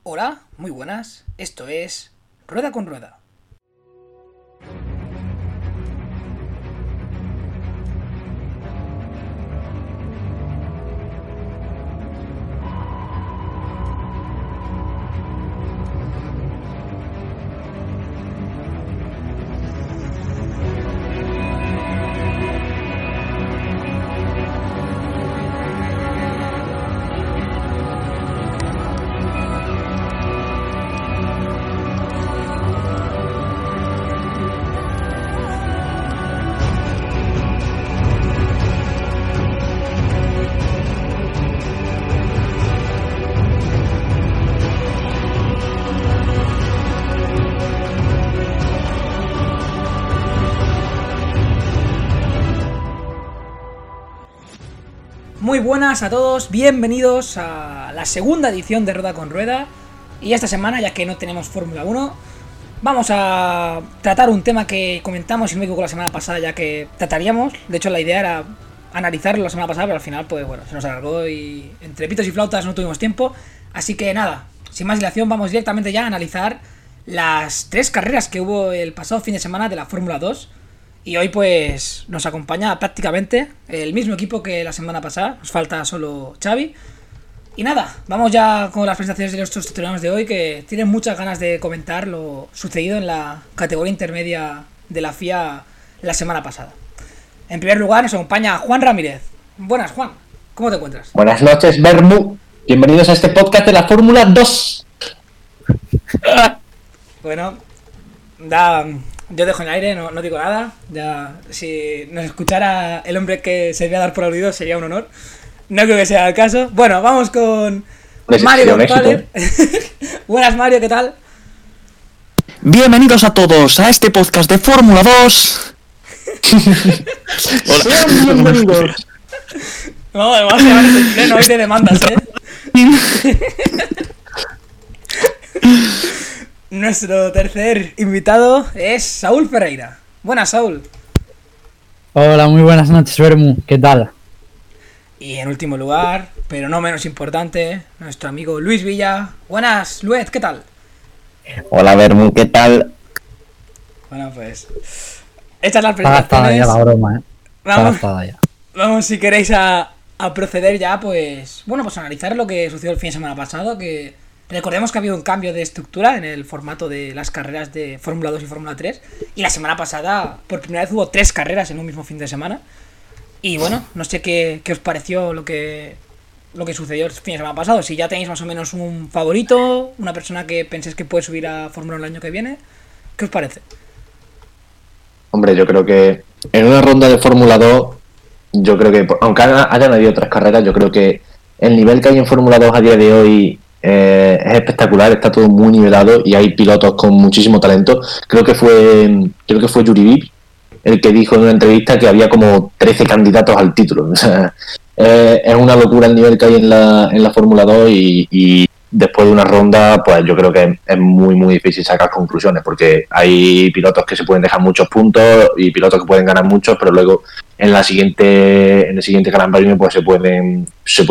Hola, muy buenas, esto es Rueda con Rueda. Muy buenas a todos, bienvenidos a la segunda edición de Rueda con Rueda. Y esta semana, ya que no tenemos Fórmula 1, vamos a tratar un tema que comentamos, si no me equivoco, la semana pasada, ya que trataríamos. De hecho, la idea era analizarlo la semana pasada, pero al final, pues bueno, se nos alargó y entre pitos y flautas no tuvimos tiempo. Así que nada, sin más dilación, vamos directamente ya a analizar las 3 carreras que hubo el pasado fin de semana de la Fórmula 2. Y hoy pues nos acompaña prácticamente el mismo equipo que la semana pasada. Nos falta solo Xavi. Y nada, vamos ya con las presentaciones de nuestros tertulianos de hoy, que tienen muchas ganas de comentar lo sucedido en la categoría intermedia de la FIA la semana pasada. En primer lugar nos acompaña Juan Ramírez. Buenas, Juan, ¿cómo te encuentras? Buenas noches, Bermu. Bienvenidos a este podcast de la Fórmula 2. Bueno, yo dejo en el aire, no digo nada. Ya, si nos escuchara el hombre que se debía dar por aludido, sería un honor. No creo que sea el caso. Bueno, vamos con Mario González. Buenas, Mario, ¿qué tal? Bienvenidos a todos a este podcast de Fórmula 2. Hola. Sean bienvenidos. No, además se van en pleno hoy de demandas, Nuestro tercer invitado es Saúl Ferreira. Buenas, Saúl. Hola, muy buenas noches, Bermu. ¿Qué tal? Y en último lugar, pero no menos importante, nuestro amigo Luis Villa. Buenas, Luis, ¿qué tal? Hola, Bermu, ¿qué tal? Bueno, pues hechas las presentaciones. Está ya la broma, Vamos, si queréis, a proceder ya, pues... Bueno, pues a analizar lo que sucedió el fin de semana pasado, que... Recordemos que ha habido un cambio de estructura en el formato de las carreras de Fórmula 2 y Fórmula 3. Y la semana pasada, por primera vez, hubo 3 carreras en un mismo fin de semana. Y bueno, no sé qué os pareció lo que sucedió el fin de semana pasado. Si ya tenéis más o menos un favorito, una persona que penséis que puede subir a Fórmula 1 el año que viene, ¿qué os parece? Hombre, yo creo que en una ronda de Fórmula 2, yo creo que, aunque hayan habido 3 carreras, yo creo que el nivel que hay en Fórmula 2 a día de hoy es espectacular, está todo muy nivelado y hay pilotos con muchísimo talento. Creo que fue Yuri Vips el que dijo en una entrevista que había como 13 candidatos al título. O sea, es una locura el nivel que hay en la Fórmula 2 y después de una ronda, pues yo creo que es muy muy difícil sacar conclusiones, porque hay pilotos que se pueden dejar muchos puntos y pilotos que pueden ganar muchos, pero luego en el siguiente Gran Premio pues se pueden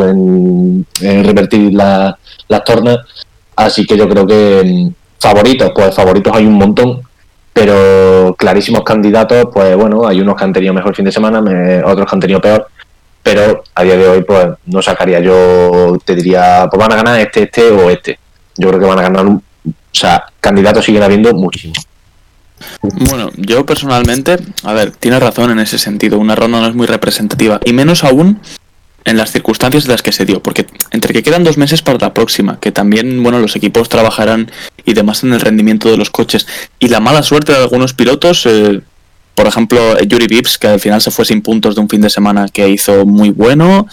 revertir las tornas. Así que yo creo que favoritos hay un montón, pero clarísimos candidatos, pues bueno, hay unos que han tenido mejor fin de semana, otros que han tenido peor, pero a día de hoy pues no sacaría, yo te diría, pues van a ganar este o este. Yo creo que van a ganar, o sea, candidatos siguen habiendo muchísimos. Bueno, yo personalmente, a ver, tienes razón en ese sentido, una ronda no es muy representativa, y menos aún en las circunstancias en las que se dio, porque entre que quedan 2 meses para la próxima, que también, bueno, los equipos trabajarán y demás en el rendimiento de los coches, y la mala suerte de algunos pilotos, por ejemplo, Yuri Vips, que al final se fue sin puntos de un fin de semana que hizo muy bueno,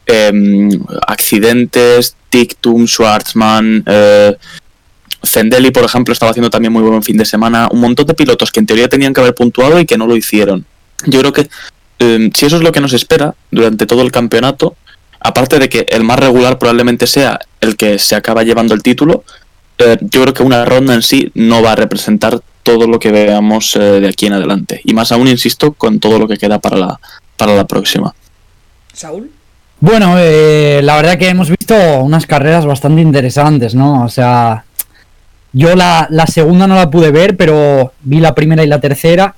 accidentes, Tictum, Schwartzman, Zendelli, por ejemplo, estaba haciendo también muy buen fin de semana, un montón de pilotos que en teoría tenían que haber puntuado y que no lo hicieron. Yo creo que si eso es lo que nos espera durante todo el campeonato, aparte de que el más regular probablemente sea el que se acaba llevando el título, yo creo que una ronda en sí no va a representar todo lo que veamos de aquí en adelante, y más aún, insisto, con todo lo que queda para la próxima. ¿Saúl? Bueno, la verdad que hemos visto unas carreras bastante interesantes, ¿no? O sea, yo la segunda no la pude ver, pero vi la primera y la tercera.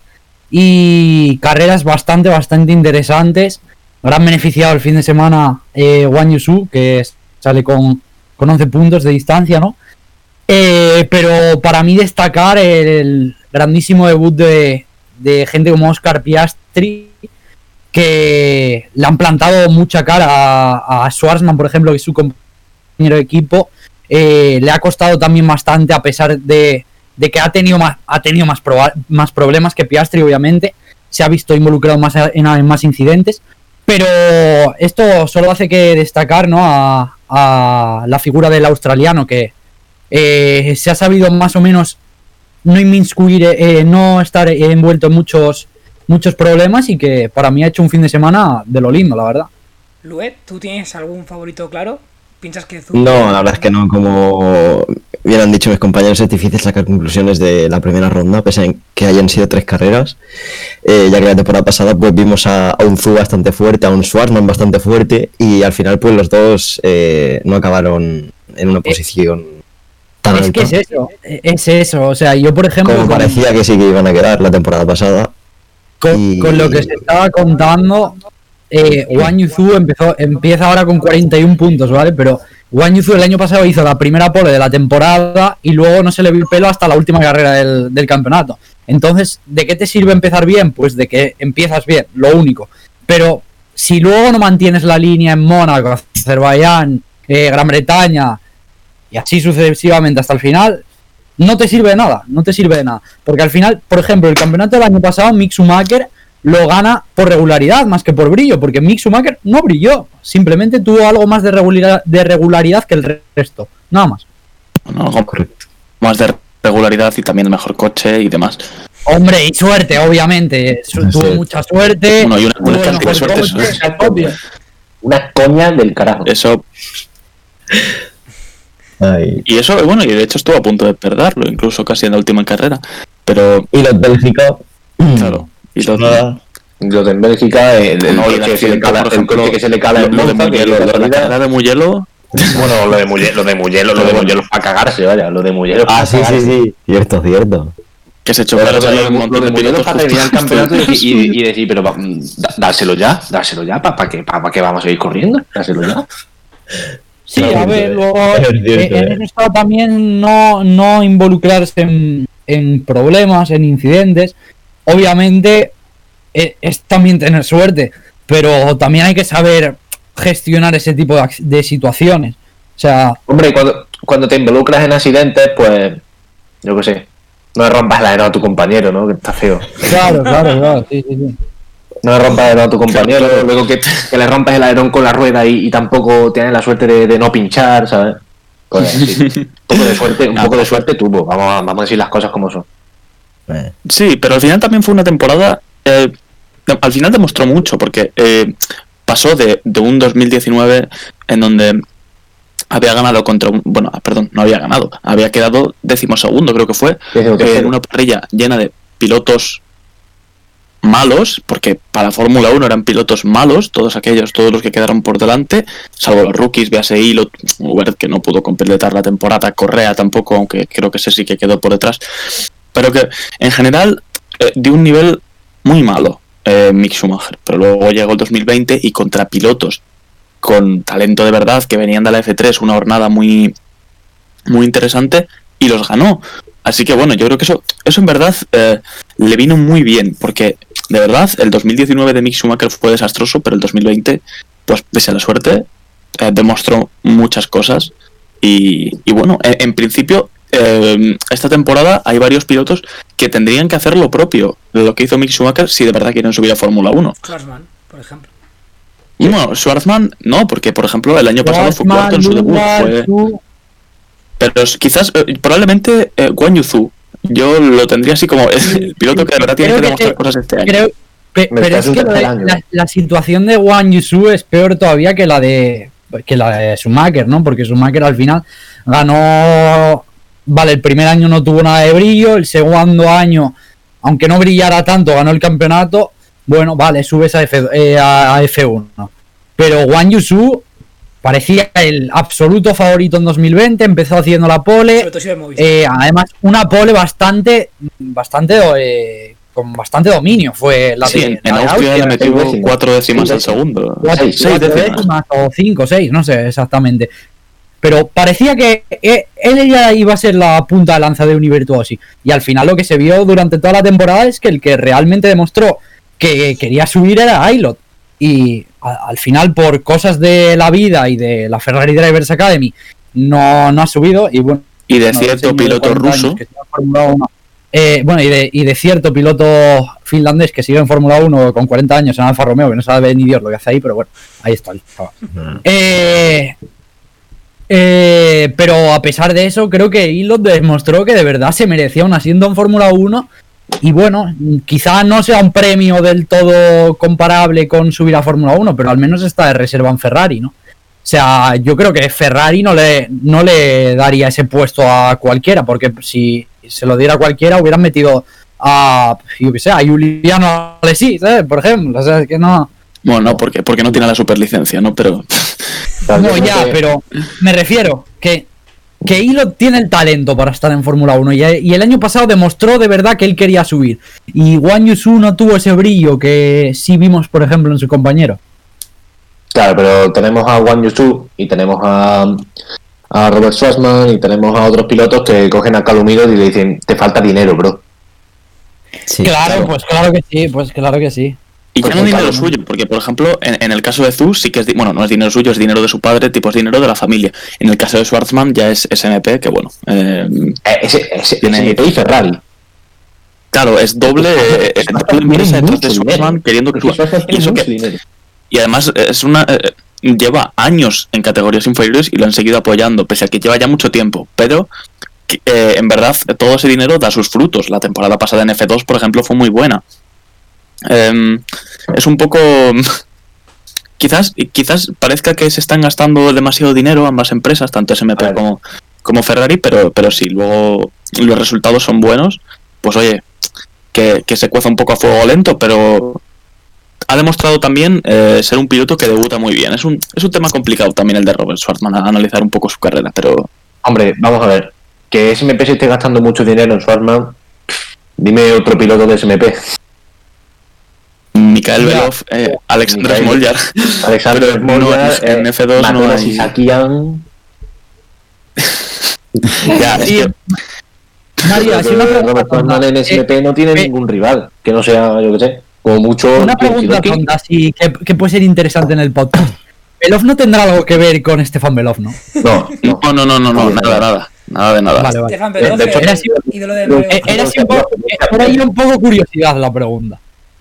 Y carreras bastante interesantes. Gran beneficiado el fin de semana Wang Yusu, que sale con 11 puntos de distancia, ¿no? Pero para mí destacar el grandísimo debut de gente como Oscar Piastri, que le han plantado mucha cara a Schwarzman, por ejemplo, que es su compañero de equipo. Le ha costado también bastante, a pesar de que ha tenido más problemas que Piastri, obviamente. Se ha visto involucrado más en más incidentes. Pero esto solo hace que destacar, ¿no?, a la figura del australiano, que se ha sabido más o menos no inmiscuir, no estar envuelto en muchos problemas, y que para mí ha hecho un fin de semana de lo lindo, la verdad. Luet, ¿tú tienes algún favorito claro? ¿Piensas que No, la verdad es que no. Como bien han dicho mis compañeros, es difícil sacar conclusiones de la primera ronda, pese a que hayan sido 3 carreras, ya que la temporada pasada pues vimos a un Zhu bastante fuerte, a un Schwarzman bastante fuerte, y al final pues los dos no acabaron en una posición tan alta. Es que es eso, o sea, yo por ejemplo... Como parecía que sí que iban a quedar la temporada pasada. Con lo que se estaba contando... Wang Yusu empieza ahora con 41 puntos, ¿vale? Pero Wang Yusu el año pasado hizo la primera pole de la temporada y luego no se le vio el pelo hasta la última carrera del campeonato. Entonces, ¿de qué te sirve empezar bien? Pues de que empiezas bien, lo único. Pero si luego no mantienes la línea en Mónaco, Azerbaiyán, Gran Bretaña y así sucesivamente hasta el final, no te sirve de nada, Porque al final, por ejemplo, el campeonato del año pasado, Mick Schumacher lo gana por regularidad más que por brillo, porque Mick Schumacher no brilló, simplemente tuvo algo más de regularidad que el resto, nada más. No, algo más de regularidad y también el mejor coche y demás. Hombre, y suerte, obviamente, tuvo mucha suerte. Bueno, y una cantidad de suerte, una coña del carajo. Eso. Ay. Y eso, bueno, y de hecho estuvo a punto de perderlo, incluso casi en la última carrera. Pero. Y los Bélgica. Claro. Y los de Bélgica, el coche que se le cala en Monza, la carrera de Mugello. Bueno, lo de Mugello es para cagarse, vaya, lo de Mugello. Sí, cierto. Que se chocaron un montón de pilotos para terminar el campeonato y decir, pero dárselo ya, ¿para qué vamos a ir corriendo? Dárselo ya. Sí, a ver, luego en eso también no involucrarse en problemas, en incidentes. Obviamente es también tener suerte, pero también hay que saber gestionar ese tipo de situaciones. O sea, hombre, cuando te involucras en accidentes, pues yo qué sé, no le rompas el alerón a tu compañero, ¿no? Que está feo. Claro, sí. No le rompas el alerón a tu compañero, luego que le rompas el alerón con la rueda y tampoco tienes la suerte de no pinchar, ¿sabes? Pues sí, un poco de suerte tuvo, vamos a decir las cosas como son. Sí, pero al final también fue una temporada, al final demostró mucho, porque pasó de un 2019 en donde había ganado no había ganado, había quedado 12º, creo que fue, en una parrilla llena de pilotos malos, porque para Fórmula 1 eran pilotos malos, todos los que quedaron por delante, salvo los rookies, Gasly, Hubert, que no pudo completar la temporada, Correa tampoco, aunque creo que ese sí que quedó por detrás, pero que en general dio un nivel muy malo Mick Schumacher, pero luego llegó el 2020 y contra pilotos con talento de verdad que venían de la F3, una jornada muy, muy interesante, y los ganó. Así que bueno, yo creo que eso en verdad le vino muy bien, porque de verdad el 2019 de Mick Schumacher fue desastroso, pero el 2020, pues pese a la suerte, demostró muchas cosas y bueno, en principio esta temporada hay varios pilotos que tendrían que hacer lo propio de lo que hizo Mick Schumacher si de verdad quieren subir a Fórmula 1. Schwarzman, por ejemplo. Y bueno, Schwarzman no, porque por ejemplo el año pasado fue cuarto en su debut. Pero quizás, probablemente Guan Yu Zhou. Yo lo tendría así como el piloto que de verdad tiene que demostrar cosas este año. Pero es que la situación de Wang Yusu es peor todavía que la de Schumacher, ¿no? Porque Schumacher al final ganó. Vale, el primer año no tuvo nada de brillo, el segundo año, aunque no brillara tanto, ganó el campeonato. Bueno, vale, subes a F1, ¿no? pero Wang Yusu parecía el absoluto favorito en 2020, empezó haciendo la pole, Sobre todo si lo hemos visto. además una pole con bastante dominio, fue la Sí, de en la de Austria le metió 6 décimas. 4 décimas al 6 segundo. Cuatro- 6 cuatro décimas. décimas o 5, 6, no sé exactamente. Pero parecía que él ya iba a ser la punta de lanza de Univirtuosi. Y al final lo que se vio durante toda la temporada es que el que realmente demostró que quería subir era Ailot. Y al final, por cosas de la vida y de la Ferrari Drivers Academy, no ha subido. Y bueno, Y de no, cierto ese señor de piloto 40 años ruso. que sigue en Fórmula 1, bueno, y de cierto piloto finlandés que sigue en Fórmula 1 con 40 años en Alfa Romeo, que no sabe ni Dios lo que hace ahí, pero bueno, ahí está el chaval. Pero a pesar de eso, creo que Ailot demostró que de verdad se merecía un asiento en Fórmula 1. Y bueno, quizá no sea un premio del todo comparable con subir a Fórmula 1, pero al menos está de reserva en Ferrari, ¿no? O sea, yo creo que Ferrari no le daría ese puesto a cualquiera, porque si se lo diera a cualquiera hubieran metido a, yo qué sé, a Giuliano Alesi, ¿sabes? Por ejemplo, o sea, es que no... Bueno, no, porque no tiene la superlicencia, ¿no? Pero Claro, yo No, creo ya, que- pero me refiero que Ailot tiene el talento para estar en Fórmula 1 y el año pasado demostró de verdad que él quería subir. Y Wang Yusu no tuvo ese brillo que sí vimos, por ejemplo, en su compañero. Claro, pero tenemos a Wang Yusu y tenemos a Robert Schwarzman y tenemos a otros pilotos que cogen a Calumiro y le dicen, te falta dinero, bro. Sí, claro, pues claro que sí. y ya Pues no muy dinero caro, ¿no? suyo, porque por ejemplo, en el caso de Zhu sí que es, bueno, no es dinero suyo, es dinero de su padre, tipo es dinero de la familia. En el caso de Schwarzman ya es SMP, que bueno, Tiene- SMP y Ferrari. claro, es doble, doble empresa detrás de mucho Schwarzman dinero. queriendo que Es que suba. Schwarzman Y tiene eso mucho que, dinero. y además es una lleva años en categorías inferiores y lo han seguido apoyando, pese a que lleva ya mucho tiempo. Pero en verdad todo ese dinero da sus frutos. La temporada pasada en F2, por ejemplo, fue muy buena. Es un poco quizás parezca que se están gastando demasiado dinero ambas empresas, tanto SMP A ver. como Ferrari, pero si luego los resultados son buenos, pues oye, que se cueza un poco a fuego lento, pero ha demostrado también ser un piloto que debuta muy bien. Es un tema complicado también el de Robert Schwarzman, a analizar un poco su carrera, pero Hombre, vamos a ver. Que SMP se esté gastando mucho dinero en Schwarzman, dime otro piloto de SMP. Mikael Ya. Belov, Alexander Mikael. Smoljar. Alexander Pero no, Smoljar, en F2 no Matolas hay- Isakian. Ya, es Y, que María, si una pregunta Robert Schwarzman tonta, en SMP no tiene ningún rival, que no sea, yo qué sé, como mucho. una pregunta Yuki. tonta, así que puede ser interesante en el podcast. Belov no tendrá algo que ver con Stefan Belov, ¿no? No, no. no, nada de nada. Vale, vale. Stefan Belov, de hecho, el era así- ídolo del no, nuevo. Era así un poco, era ya un poco curiosidad la pregunta.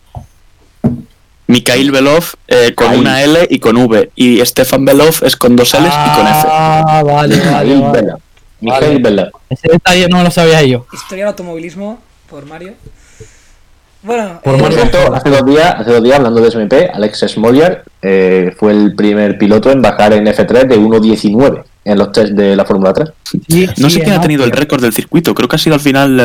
Mikhail Belov con Ahí. una L y con V. Y Stefan Belov es con dos L's y con F. Ah, vale, Mikhail vale. Belov. Mikhail Belov. Ese detalle no lo sabía yo. Historia del automovilismo por Mario. Bueno, Por Por Mario. cierto, hace dos días, hablando de SMP, Alex Smoljar fue el primer piloto en bajar en F3 de 1.19 en los test de la Fórmula 3. Sí, No sí, sé quién ha tenido el Austria. récord del circuito. Creo que ha sido al final.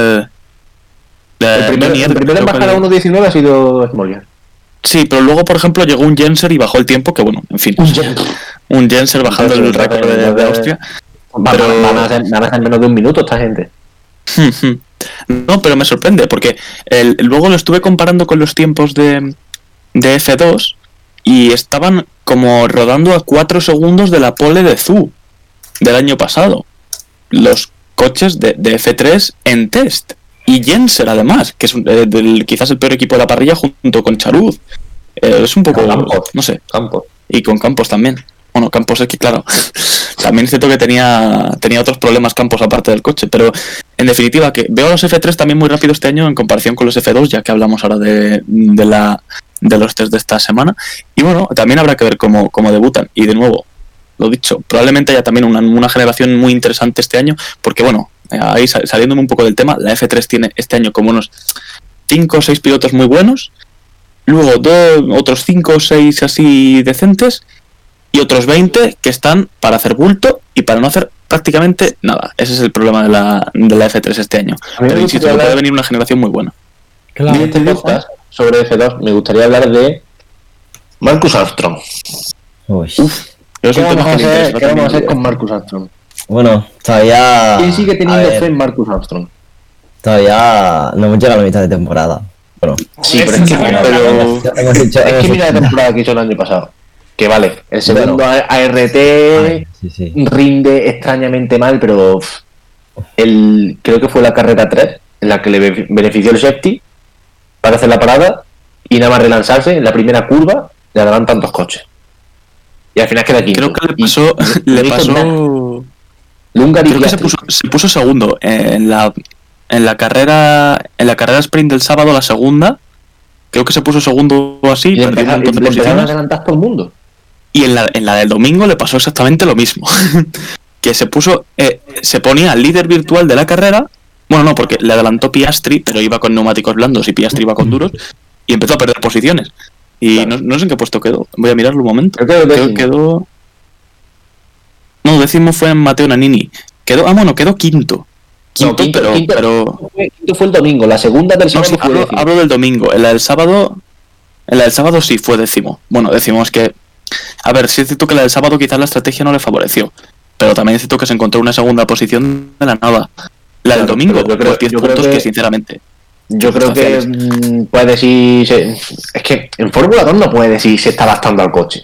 El primero Johnny Eder, en creo que bajar a 1.19 ha sido Smoljar. Sí, pero luego, por ejemplo, llegó un Jenser y bajó el tiempo. Que bueno, en fin. Un Jenser bajando el récord de Austria. Pero- Van a ser menos de un minuto esta gente. No, pero me sorprende porque luego lo estuve comparando con los tiempos de F2 y estaban como rodando a 4 segundos de la pole de Zhu del año pasado. Los coches de F3 en test. Y Jenser además, que es quizás el peor equipo de la parrilla junto con Charuz. Es un poco, Campos. no sé, Campos. y con Campos también. Bueno, Campos es que claro, también es cierto que tenía otros problemas Campos aparte del coche, pero en definitiva que veo a los F3 también muy rápido este año en comparación con los F2, ya que hablamos ahora de los test de esta semana. Y bueno, también habrá que ver cómo debutan. Y de nuevo, lo dicho, probablemente haya también una generación muy interesante este año, porque bueno, ahí saliéndome un poco del tema, la F3 tiene este año como unos 5 o 6 pilotos muy buenos, luego otros 5 o 6 así decentes, y otros 20 que están para hacer bulto y para no hacer prácticamente nada. Ese es el problema de la F3 este año. A mí me Pero insisto, gustaría puede hablar- venir una generación muy buena. Claro. Este podcast sobre F2 me gustaría hablar de Marcus Armstrong. Uy. Es un ¿Qué tema vamos a que me hacer, interesa qué vamos a también. hacer con Marcus Armstrong? Bueno, todavía. ¿Quién sigue a teniendo ver, fe en Marcus Armstrong? Todavía no hemos llegado a la mitad de temporada. Bueno, Sí, Joder, pero es que, bueno, pero, hemos dicho. es que mira la temporada que hizo el año pasado. Que vale, el segundo Bueno. ART Sí. rinde extrañamente mal, pero creo que fue la carrera 3 en la que le benefició el safety para hacer la parada y nada más relanzarse en la primera curva le adelantan 2 coches. Y al final queda quinto. Creo que le pasó. Lungar y Creo que se Piastri. puso segundo en la carrera sprint del sábado, la segunda. Creo que se puso segundo así, Y le perdió un montón de empezaron a posiciones. adelantar todo el mundo. Y en la del domingo le pasó exactamente lo mismo. Que se ponía al líder virtual de la carrera. Bueno, no, porque le adelantó Piastri, pero iba con neumáticos blandos y Piastri iba con duros. Y empezó a perder posiciones. Y Claro. no sé en qué puesto quedó. Voy a mirarlo un momento. Creo que Creo que quedó. No, décimo fue en Matteo Nannini. Quedó quinto. Quinto, pero. Quinto fue el domingo, la segunda del No, sábado sí, fue décimo. hablo del domingo. En la del sábado. Sí fue décimo. Bueno, décimo es que. A ver, sí es cierto que la del sábado quizás la estrategia no le favoreció. Pero también es cierto que se encontró una segunda posición de la nada. La del Claro, domingo, pero yo creo- pues 10 yo creo puntos que que- sinceramente. Yo creo que puede decir. Es que en Fórmula 2 no puede decir se está adaptando al coche.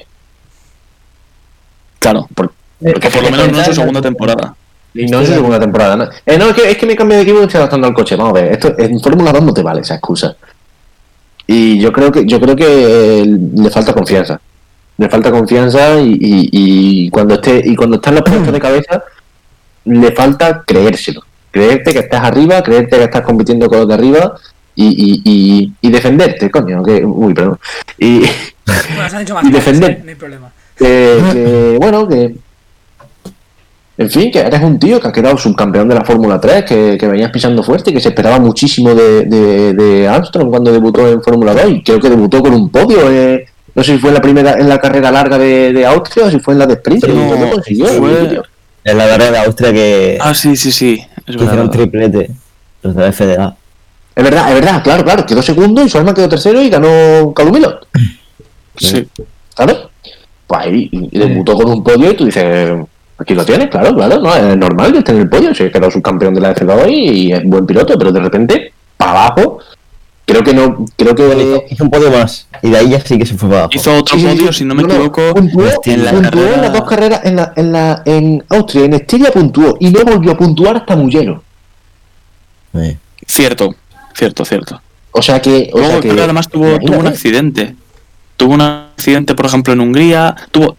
Claro, porque por lo menos no es su segunda temporada. Y no es su segunda temporada. No, es que me cambio de equipo y estoy adaptando al coche. Vamos a ver, esto en Fórmula 2 no te vale esa excusa. Y yo creo que le falta confianza. Le falta confianza y cuando está en los puestos de cabeza, le falta creérselo. Creerte que estás arriba, creerte que estás compitiendo con los de arriba y defenderte, coño. Perdón. Y Bueno, se han dicho más Y cosas, defender. no hay problema. que en fin, que eres un tío que ha quedado subcampeón de la Fórmula 3, que venías pisando fuerte y que se esperaba muchísimo de Armstrong cuando debutó en Fórmula 2 y creo que debutó con un podio. No sé si fue en la carrera larga de Austria o si fue en la de sprint, pero No, creo que consiguió. fue- Tío. En la carrera de Austria que Sí. Es hicieron verdad. triplete. Los de la FDA. Es verdad, claro, quedó segundo y su alma quedó tercero y ganó Calumilot. Sí. ¿Sabes? Pues ahí y debutó con un podio y tú dices, aquí lo tienes, claro, no, es normal que esté en el podio, si es que era subcampeón de la F2 y es buen piloto, pero de repente, para abajo, creo que Hizo un podio más. Y de ahí ya sí que se fue para abajo. Hizo otro podio, si no me equivoco, puntuó en la en carrera. las dos carreras, en Austria, en Estiria puntuó, y no volvió a puntuar hasta Mugello. Cierto. O sea que... Luego, creo que además tuvo un imagínate. accidente. Tuvo un accidente, por ejemplo, en Hungría.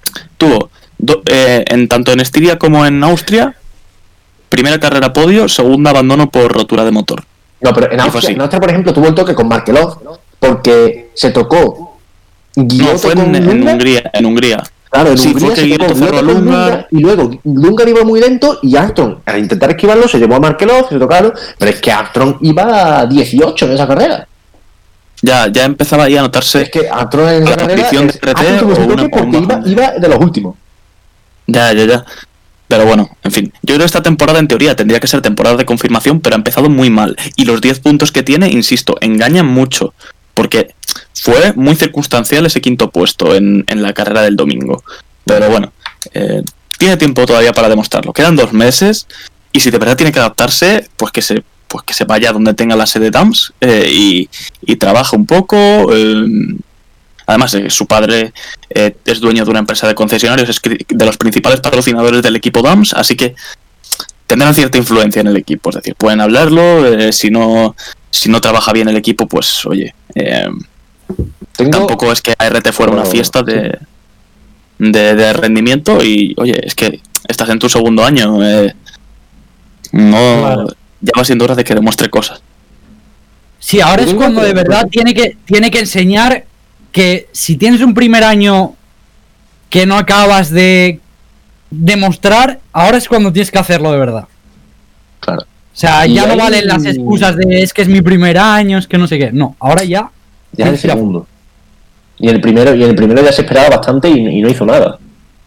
Tanto en Estiria como en Austria. Primera carrera podio, segunda abandono por rotura de motor. No, pero Y fue así. en Austria, por ejemplo, tuvo el toque con Markelov, porque se tocó Giotto No, fue con Lungar. En Hungría. Claro, en Sí, Hungría fue que se Giotto tocó cerró a Giotto con Lungar. y luego Lungar iba muy lento y Armstrong, al intentar esquivarlo, se llevó a Markelov, se tocaron, pero es que Armstrong iba a 18 en esa carrera. Ya empezaba ahí a notarse. Es que Armstrong en esa La carrera posición de RT Armstrong tuvo o ese una toque porque bomba. iba de los últimos. Ya. Pero bueno, en fin. Yo creo que esta temporada, en teoría, tendría que ser temporada de confirmación, pero ha empezado muy mal. Y los 10 puntos que tiene, insisto, engañan mucho. Porque fue muy circunstancial ese quinto puesto en la carrera del domingo. Pero bueno, tiene tiempo todavía para demostrarlo. Quedan 2 meses. Y si de verdad tiene que adaptarse, pues que se vaya donde tenga la sede DAMS y trabaje un poco. Además, su padre es dueño de una empresa de concesionarios, es de los principales patrocinadores del equipo DAMS, así que tendrán cierta influencia en el equipo. Es decir, pueden hablarlo, si no trabaja bien el equipo, pues oye, tampoco es que ART fuera una fiesta de rendimiento y oye, es que estás en tu segundo año, ya va siendo hora de que demuestre cosas. Sí, ahora es cuando de verdad tiene que enseñar que si tienes un primer año que no acabas de demostrar, ahora es cuando tienes que hacerlo de verdad. Claro. O sea, Y ya no ahí- valen las excusas de es que es mi primer año, es que no sé qué. No, ahora ya. Ya es el segundo. Y en el primero ya se esperaba bastante y no hizo nada.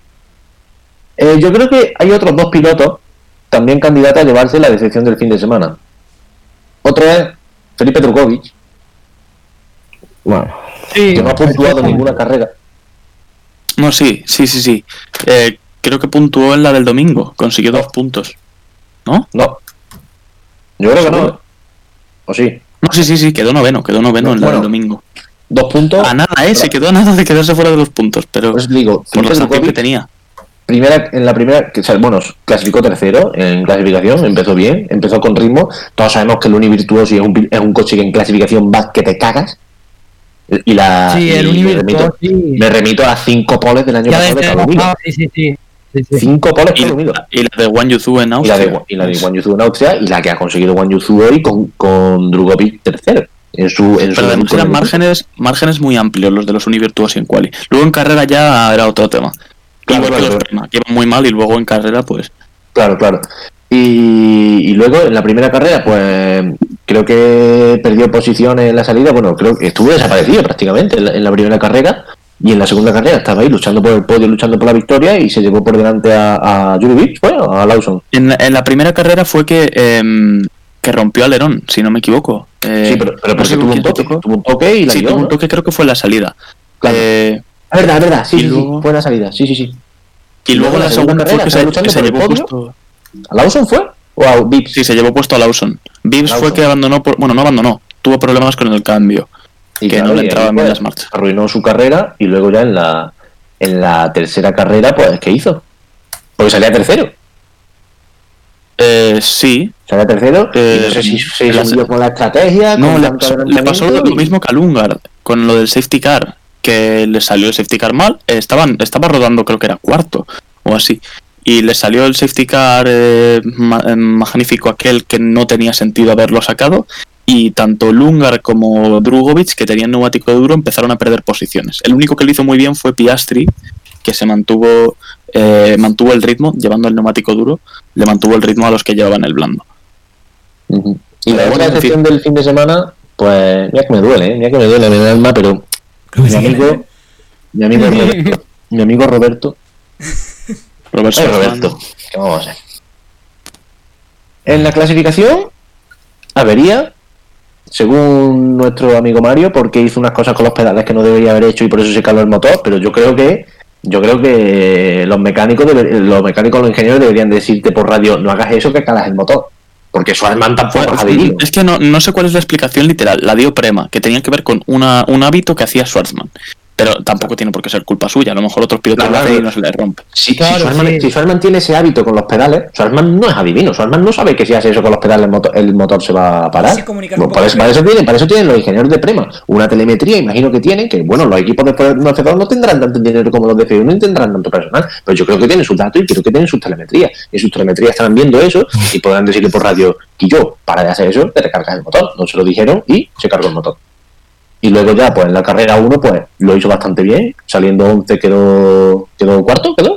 Yo creo que hay otros 2 pilotos también candidatos a llevarse la decepción del fin de semana. Otro es Felipe Drugovich, Bueno, Sí, que no ha puntuado en ninguna carrera. No, sí. Creo que puntuó en la del domingo. Consiguió 2 puntos. ¿No? No. Yo creo que no. ¿Seguro? ¿O sí? No, sí. Quedó noveno en la Bueno. del domingo. 2 puntos. A nada, se quedó a nada de quedarse fuera de los puntos. Pero Pues digo, por la Felipe sanción que Drugovich, tenía. en la primera, bueno, clasificó tercero en clasificación, empezó bien, empezó con ritmo. Todos sabemos que el Univirtuosi es un coche que en clasificación va que te cagas. Y el Univirtuosi. me remito a 5 poles del año pasado de cada uno. Sí. 5 poles por unido. Y la de Wang Yuzu en Austria. Y la de Wang Yuzu en Austria, y la que ha conseguido Wang Yuzu hoy con Drugovich tercero. Pero además eran márgenes muy amplios los de los Univirtuosi en quali. Luego en carrera ya era otro tema. Claro, Igual que los Prema, que iban muy mal, y luego en carrera pues... Claro. Y luego en la primera carrera, pues creo que perdió posiciones en la salida. Bueno, creo que estuvo desaparecido prácticamente en la primera carrera. Y en la segunda carrera estaba ahí luchando por el podio, luchando por la victoria, y se llevó por delante a Jurovic, bueno, a Lawson. En la primera carrera fue que rompió alerón, si no me equivoco. Sí, pero no sé tuvo un toque y la sí, dio, tuvo un ¿no? toque, creo que fue en la salida. Claro. Es verdad, sí, luego... fue en la salida, sí. Y luego en la segunda carrera fue que se llevó puesto... ¿A Lawson fue? ¿O a Vips? Sí, se llevó puesto a Lawson. Vips fue que abandonó, no abandonó, tuvo problemas con el cambio. Y que no le entraban bien las marchas. Arruinó su carrera, y luego ya en la tercera carrera, pues, ¿qué hizo? Porque salía tercero. Sí. Salía tercero, y no sé si se salió con la estrategia. No, le pasó lo mismo que a Lungard con lo del safety car, que le salió el safety car mal. Estaba rodando, creo que era cuarto o así. Y le salió el safety car magnífico aquel que no tenía sentido haberlo sacado. Y tanto Lungard como Drugovich, que tenían neumático duro, empezaron a perder posiciones. El único que lo hizo muy bien fue Piastri, que se mantuvo el ritmo, llevando el neumático duro, le mantuvo el ritmo a los que llevaban el blando. Y la otra decepción del fin de semana, pues, mira que me duele en el alma, pero mi amigo Roberto, ¿qué vamos a hacer? En la clasificación, avería, según nuestro amigo Mario, porque hizo unas cosas con los pedales que no debería haber hecho y por eso se caló el motor. Pero yo creo que los mecánicos, los ingenieros deberían decirte por radio: no hagas eso, que calas el motor, porque Schwarzman tampoco es adivino. Es que no sé cuál es la explicación literal. La dio Prema, que tenía que ver con un hábito que hacía Schwarzman. Pero tampoco tiene por qué ser culpa suya. A lo mejor otros pilotos lo hacen y no se les rompe. Si Schwarzman tiene ese hábito con los pedales, Schwarzman no es adivino. Schwarzman no sabe que si hace eso con los pedales el motor se va a parar. Sí, Bueno, para eso tienen los ingenieros de Prema una telemetría, imagino que tienen, que bueno, los equipos de F2 no tendrán tanto dinero como los de F1, no tendrán tanto personal, pero yo creo que tienen sus datos y creo que tienen sus telemetrías. Y sus telemetrías estarán viendo eso y podrán decirle por radio: Quillo, para de hacer eso, te recargas el motor. No se lo dijeron y se cargó el motor. Y luego ya, pues en la carrera 1, pues lo hizo bastante bien. Saliendo 11 quedó cuarto, ¿quedó?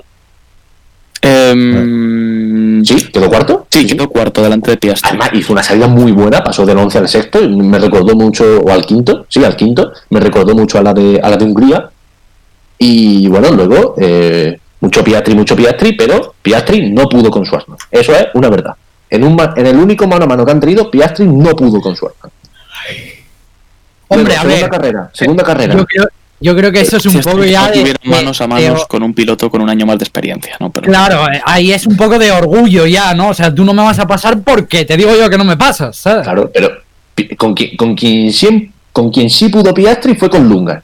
Sí, quedó cuarto. Sí, quedó cuarto delante de Piastri. Además hizo una salida muy buena, pasó del 11 al sexto, y me recordó mucho, o al quinto, me recordó mucho a la de Hungría. Y bueno, luego, mucho Piastri, pero Piastri no pudo con Schwarzman. Eso es una verdad. En el único mano a mano que han tenido, Piastri no pudo con Schwarzman. Hombre, segunda carrera. Yo creo que eso es un poco ya de... Tuvieron manos a manos con un piloto con un año más de experiencia, ¿no? Pero... Claro, ahí es un poco de orgullo ya, ¿no? O sea, tú no me vas a pasar porque te digo yo que no me pasas, ¿sabes? Claro, pero con quien sí pudo Piastri fue con Lungard.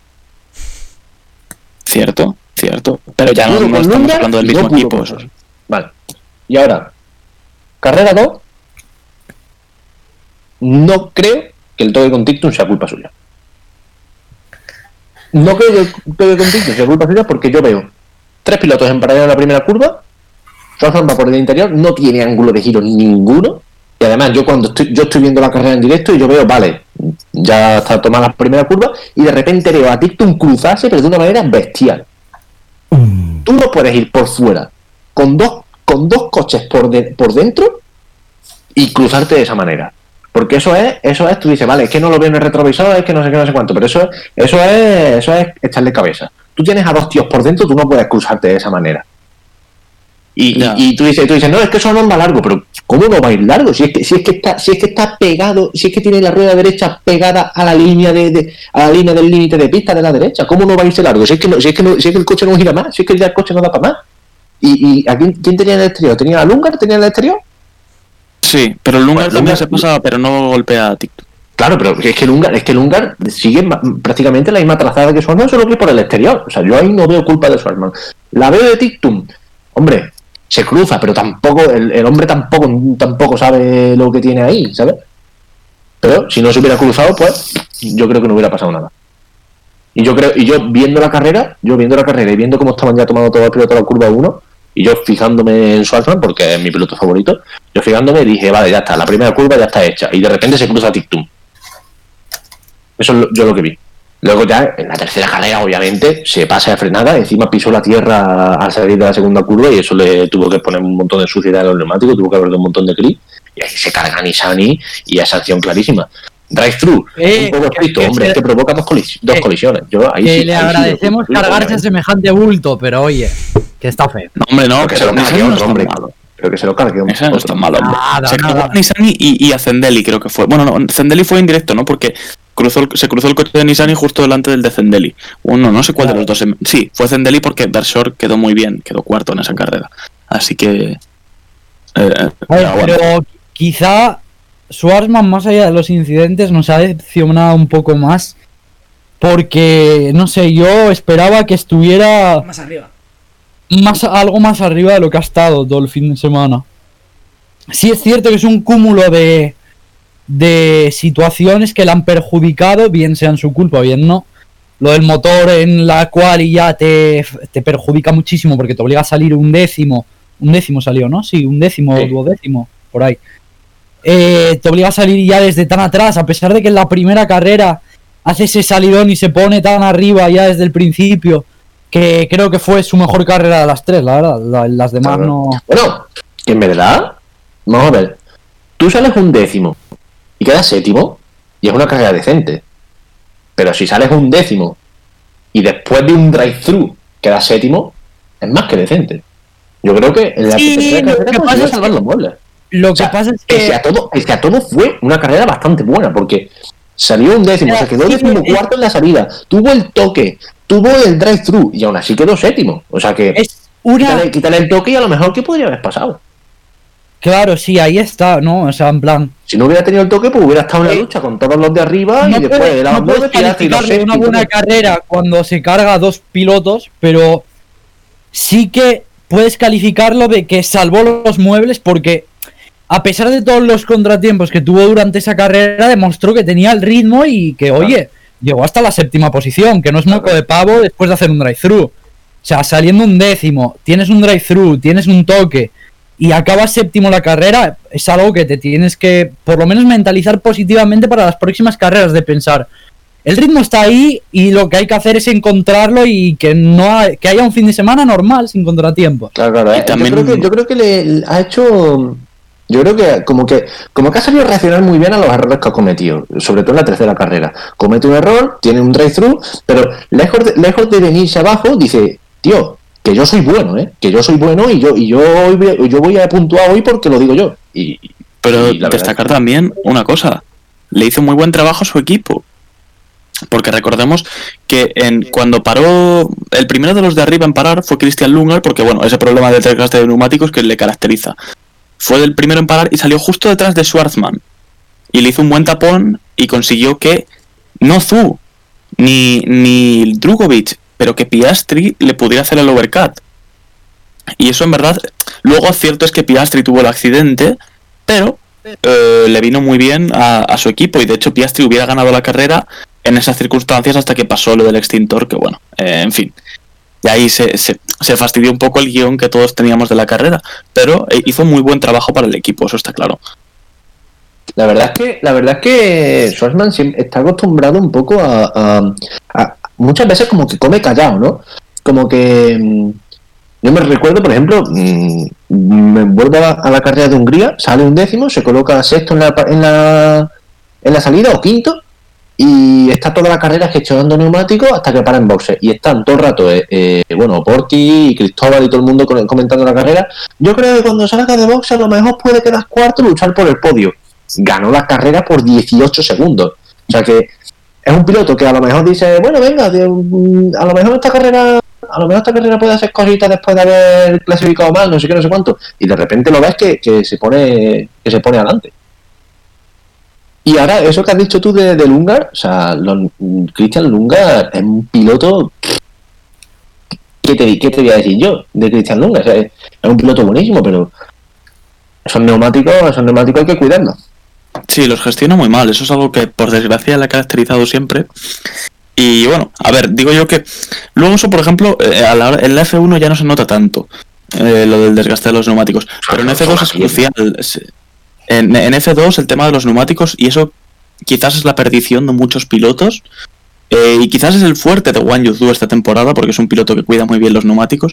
Cierto. Pero ya no estamos hablando del mismo equipo. Vale. Y ahora, carrera 2. No creo que el toque con Tictum sea culpa suya. No creo que el toque con Tictum sea culpa suya, porque yo veo 3 pilotos en paralelo en la primera curva. Schwarzman va por el interior, no tiene ángulo de giro ninguno. Y además yo estoy viendo la carrera en directo y yo veo, vale, ya está tomada la primera curva, y de repente veo a Tictum cruzarse, pero de una manera bestial. Tú no puedes ir por fuera con dos coches por dentro y cruzarte de esa manera. Porque eso es, tú dices, vale, es que no lo veo en el retrovisor, es que no sé qué, no sé cuánto, pero eso es echarle cabeza. Tú tienes a 2 tíos por dentro, tú no puedes cruzarte de esa manera. Y tú dices, no, es que eso no es más largo, pero ¿cómo no va a ir largo? Si es que está pegado, si es que tiene la rueda derecha pegada a la línea a la línea del límite de pista de la derecha, ¿cómo no va a irse largo? Si es que el coche no gira más, si es que ya el coche no da para más. ¿Y a quién tenía en el exterior? ¿Tenía a Lungar? ¿Tenía en el exterior? Sí, pero el Lungar también se pasa, pero no golpea a TikTok. Claro, pero es que el Lungar sigue prácticamente la misma trazada que Schwarzman, solo que por el exterior. O sea, yo ahí no veo culpa de Schwarzman. La veo de TikTok. Hombre, se cruza, pero tampoco el hombre tampoco sabe lo que tiene ahí, ¿sabes? Pero si no se hubiera cruzado, pues yo creo que no hubiera pasado nada. Y yo viendo la carrera y viendo cómo estaban ya tomando todo el piloto de la curva 1, y yo fijándome en Schwarzman, porque es mi piloto favorito, yo fijándome dije, vale, ya está, la primera curva ya está hecha, y de repente se cruza TikTok. Eso es yo lo que vi. Luego ya, en la tercera carrera, obviamente, se pasa de frenada, encima pisó la tierra al salir de la segunda curva y eso le tuvo que poner un montón de suciedad en los neumáticos, tuvo que haber un montón de grip, y ahí se carga Nissani y es sanción clarísima. Drive-thru, un poco estricto, hombre, es que provoca dos colisiones. Yo ahí le agradecemos cargarse a semejante bulto, pero oye, que está feo. No, hombre, no, que se lo cargue otro, hombre. Pero que se lo cargue otro. Ese no está malo, hombre. Se cargó a Nissani y a Zendelli, creo que fue. Bueno, no, Zendelli fue indirecto, ¿no? Porque se cruzó el coche de Nissani justo delante del de Zendelli. No sé cuál de los dos. Sí, fue Zendelli porque Bershore quedó muy bien, quedó cuarto en esa carrera. Así que... pero quizá Schwarzman, más allá de los incidentes, nos ha decepcionado un poco más. Porque, no sé, yo esperaba que estuviera... Más arriba. Algo más arriba de lo que ha estado todo el fin de semana. Sí es cierto que es un cúmulo de situaciones que le han perjudicado, bien sean su culpa, bien no. Lo del motor en la cual ya te perjudica muchísimo porque te obliga a salir un décimo salió, ¿no? Sí, un décimo o duodécimo, por ahí. Te obliga a salir ya desde tan atrás, a pesar de que en la primera carrera hace ese salidón y se pone tan arriba ya desde el principio, que creo que fue su mejor carrera de las tres, la verdad. Las demás no... Bueno, en verdad, vamos a ver, tú sales un décimo y quedas séptimo y es una carrera decente. Pero si sales un décimo y después de un drive-thru quedas séptimo, es más que decente. Yo creo que en la tercera carrera consiguió salvar los muebles. Lo que pasa es que... Pese a todo fue una carrera bastante buena, porque salió un décimo, se quedó decimocuarto en la salida, tuvo el toque, tuvo el drive-thru y aún así quedó séptimo. O sea que quítale el toque y a lo mejor que podría haber pasado. Claro, sí, ahí está, ¿no? O sea, en plan... Si no hubiera tenido el toque, pues hubiera estado en la lucha con todos los de arriba y después de la puedes calificarle una buena carrera cuando se carga a dos pilotos, pero sí que puedes calificarlo de que salvó los muebles porque a pesar de todos los contratiempos que tuvo durante esa carrera, demostró que tenía el ritmo y que, oye, llegó hasta la séptima posición, que no es moco de pavo después de hacer un drive-thru. O sea, saliendo un décimo, tienes un drive-thru, tienes un toque y acabas séptimo la carrera, es algo que te tienes que, por lo menos, mentalizar positivamente para las próximas carreras, de pensar, el ritmo está ahí y lo que hay que hacer es encontrarlo y que que haya un fin de semana normal, sin contratiempos. Claro. Y también... yo creo que le ha hecho... Yo creo que como que ha sabido reaccionar muy bien a los errores que ha cometido, sobre todo en la tercera carrera. Comete un error, tiene un drive-thru, pero lejos de venirse abajo, dice, tío, que yo soy bueno, que yo soy bueno y yo voy a puntuar hoy porque lo digo yo. Pero destacar también una cosa, le hizo muy buen trabajo a su equipo. Porque recordemos que cuando paró, el primero de los de arriba en parar fue Christian Lungar, porque bueno, ese problema del desgaste de neumáticos que le caracteriza. Fue el primero en parar y salió justo detrás de Schwarzman. Y le hizo un buen tapón y consiguió que no Zhou ni Drugovich, pero que Piastri le pudiera hacer el overcut. Y eso en verdad, luego cierto es que Piastri tuvo el accidente, pero le vino muy bien a su equipo. Y de hecho Piastri hubiera ganado la carrera en esas circunstancias hasta que pasó lo del extintor, que bueno, en fin. Y ahí se fastidió un poco el guión que todos teníamos de la carrera, pero hizo muy buen trabajo para el equipo, eso está claro. La verdad es que Schwarzman está acostumbrado un poco a muchas veces como que come callado, ¿no? Como que yo me recuerdo, por ejemplo, me vuelvo a la carrera de Hungría, sale un décimo, se coloca sexto en la salida o quinto y está toda la carrera gestionando neumáticos hasta que para en boxes. Y están todo el rato, Porti y Cristóbal y todo el mundo comentando la carrera. Yo creo que cuando salga de boxes a lo mejor puede quedar cuarto y luchar por el podio. Ganó la carrera por 18 segundos. O sea que es un piloto que a lo mejor dice, bueno, venga, a lo mejor esta carrera puede hacer cositas después de haber clasificado mal, no sé qué, no sé cuánto. Y de repente lo ves que se pone adelante. Y ahora, eso que has dicho tú de Lungar, o sea, Christian Lungar es un piloto. ¿Qué te voy a decir yo de Christian Lungar? O sea, es un piloto buenísimo, pero esos neumáticos hay que cuidarlos. Sí, los gestiona muy mal. Eso es algo que, por desgracia, le ha caracterizado siempre. Y bueno, a ver, digo yo que luego eso, por ejemplo, en la F1 ya no se nota tanto lo del desgaste de los neumáticos. Pero en F2 es crucial. En F2 el tema de los neumáticos, y eso quizás es la perdición de muchos pilotos, y quizás es el fuerte de Wang Yuzu esta temporada, porque es un piloto que cuida muy bien los neumáticos.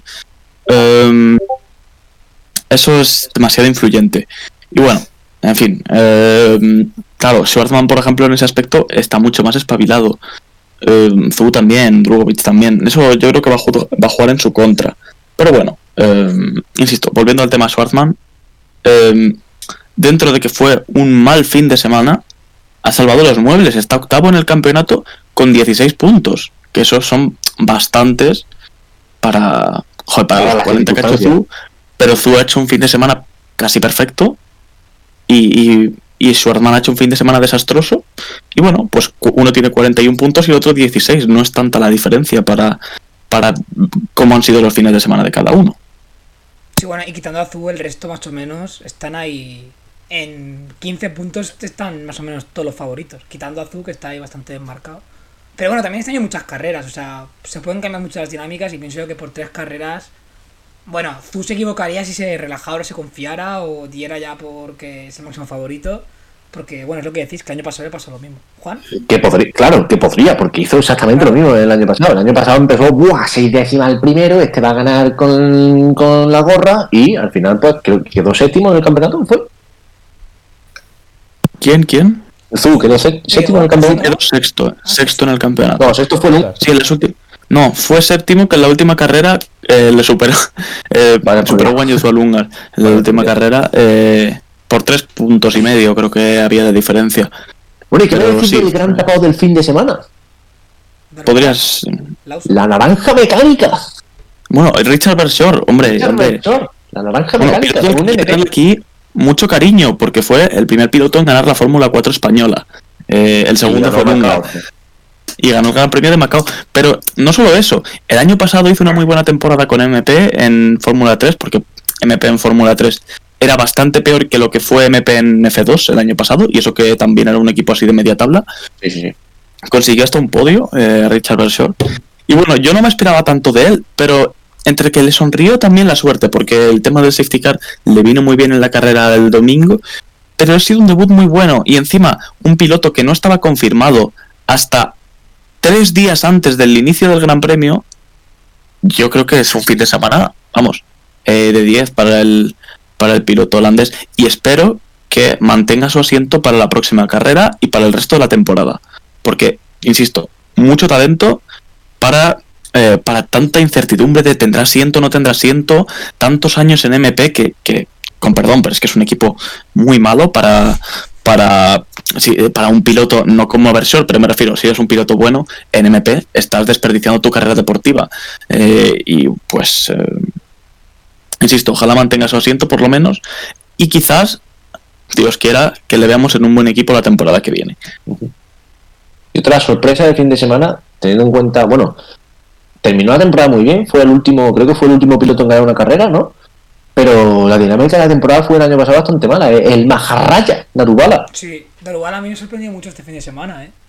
Eso es demasiado influyente. Y bueno, en fin, claro, Schwartzman, por ejemplo, en ese aspecto está mucho más espabilado. Zhou también, Drugovich también. Eso yo creo que va a jugar en su contra. Pero bueno, insisto, volviendo al tema Schwartzman, dentro de que fue un mal fin de semana, ha salvado los muebles. Está octavo en el campeonato con 16 puntos, que esos son bastantes para los 40 que ha hecho Zhou. Pero Zhou ha hecho un fin de semana casi perfecto y Schwartzman ha hecho un fin de semana desastroso. Y bueno, pues uno tiene 41 puntos y el otro 16. No es tanta la diferencia para cómo han sido los fines de semana de cada uno. Sí, bueno, y quitando a Zhou, el resto más o menos están ahí. En 15 puntos están más o menos todos los favoritos. Quitando a Zhou, que está ahí bastante desmarcado. Pero bueno, también este año hay muchas carreras. O sea, se pueden cambiar muchas las dinámicas. Y pienso yo que por 3 carreras... Bueno, Zhou se equivocaría si se relajara o se confiara o diera ya porque es el máximo favorito. Porque, bueno, es lo que decís, que el año pasado le pasó lo mismo. ¿Juan? Que podría, porque hizo exactamente lo mismo el año pasado. El año pasado empezó, 6 décimas el primero, este va a ganar con la gorra y al final pues creo que quedó séptimo en el campeonato, ¿fue? ¿Quién? Zhou quedó séptimo en el campeonato. Quedó sexto en el campeonato. No, sexto fue Sí, en las últimas. No, fue séptimo, que en la última carrera le superó. Superó Wang Yuzu a Lungar en la última carrera por 3,5 puntos, creo que había de diferencia. Bueno, ¿y qué decir del gran tapado del fin de semana? Podrías. La naranja mecánica. Bueno, Richard Verschoor, hombre. La naranja mecánica. Aquí mucho cariño, porque fue el primer piloto en ganar la Fórmula 4 española. El segundo fue Lungar. Y ganó el Gran Premio de Macao. Pero no solo eso, el año pasado hizo una muy buena temporada con MP en Fórmula 3, porque MP en Fórmula 3 era bastante peor que lo que fue MP en F2 el año pasado, y eso que también era un equipo así de media tabla. Sí. Consiguió hasta un podio, Richard Verschoor. Y bueno, yo no me esperaba tanto de él, pero entre que le sonrió también la suerte, porque el tema del safety car le vino muy bien en la carrera del domingo, pero ha sido un debut muy bueno, y encima un piloto que no estaba confirmado hasta 3 días antes del inicio del Gran Premio. Yo creo que es un fin de semana, vamos, de 10 para el piloto holandés, y espero que mantenga su asiento para la próxima carrera y para el resto de la temporada, porque, insisto, mucho talento para tanta incertidumbre de tendrá asiento o no tendrá asiento, tantos años en MP que con perdón, pero es que es un equipo muy malo para un piloto, no como Verschoor, pero me refiero, si eres un piloto bueno en MP, estás desperdiciando tu carrera deportiva. Y pues, insisto, ojalá mantenga su asiento por lo menos, y quizás, Dios quiera, que le veamos en un buen equipo la temporada que viene. Y otra sorpresa del fin de semana, teniendo en cuenta, bueno, terminó la temporada muy bien, creo que fue el último piloto en ganar una carrera, ¿no? Pero la dinámica de la temporada fue el año pasado bastante mala. El Maharraya, Daruvala. Sí, Daruvala a mí me sorprendió mucho este fin de semana, ¿eh?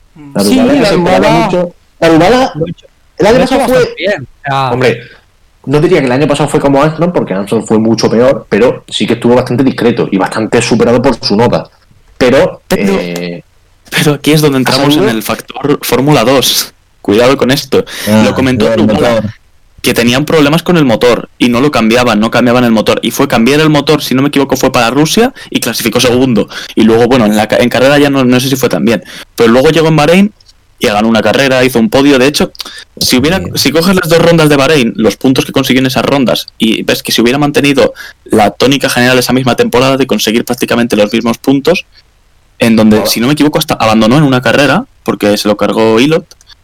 Daruvala, el año pasado fue... Bien. Hombre, no diría que el año pasado fue como Armstrong, porque Armstrong fue mucho peor, pero sí que estuvo bastante discreto y bastante superado por su nota. Pero aquí es donde entramos en el factor Fórmula 2. Cuidado con esto. Lo comentó Daruvala, que tenían problemas con el motor y no cambiaban el motor. Y fue cambiar el motor, si no me equivoco, fue para Rusia y clasificó segundo. Y luego, bueno, en carrera ya no sé si fue tan bien. Pero luego llegó en Bahrein y ganó una carrera, hizo un podio. De hecho, si coges las 2 rondas de Bahrein, los puntos que consiguió en esas rondas, y ves que si hubiera mantenido la tónica general de esa misma temporada de conseguir prácticamente los mismos puntos, en donde, si no me equivoco, hasta abandonó en una carrera, porque se lo cargó Ilott,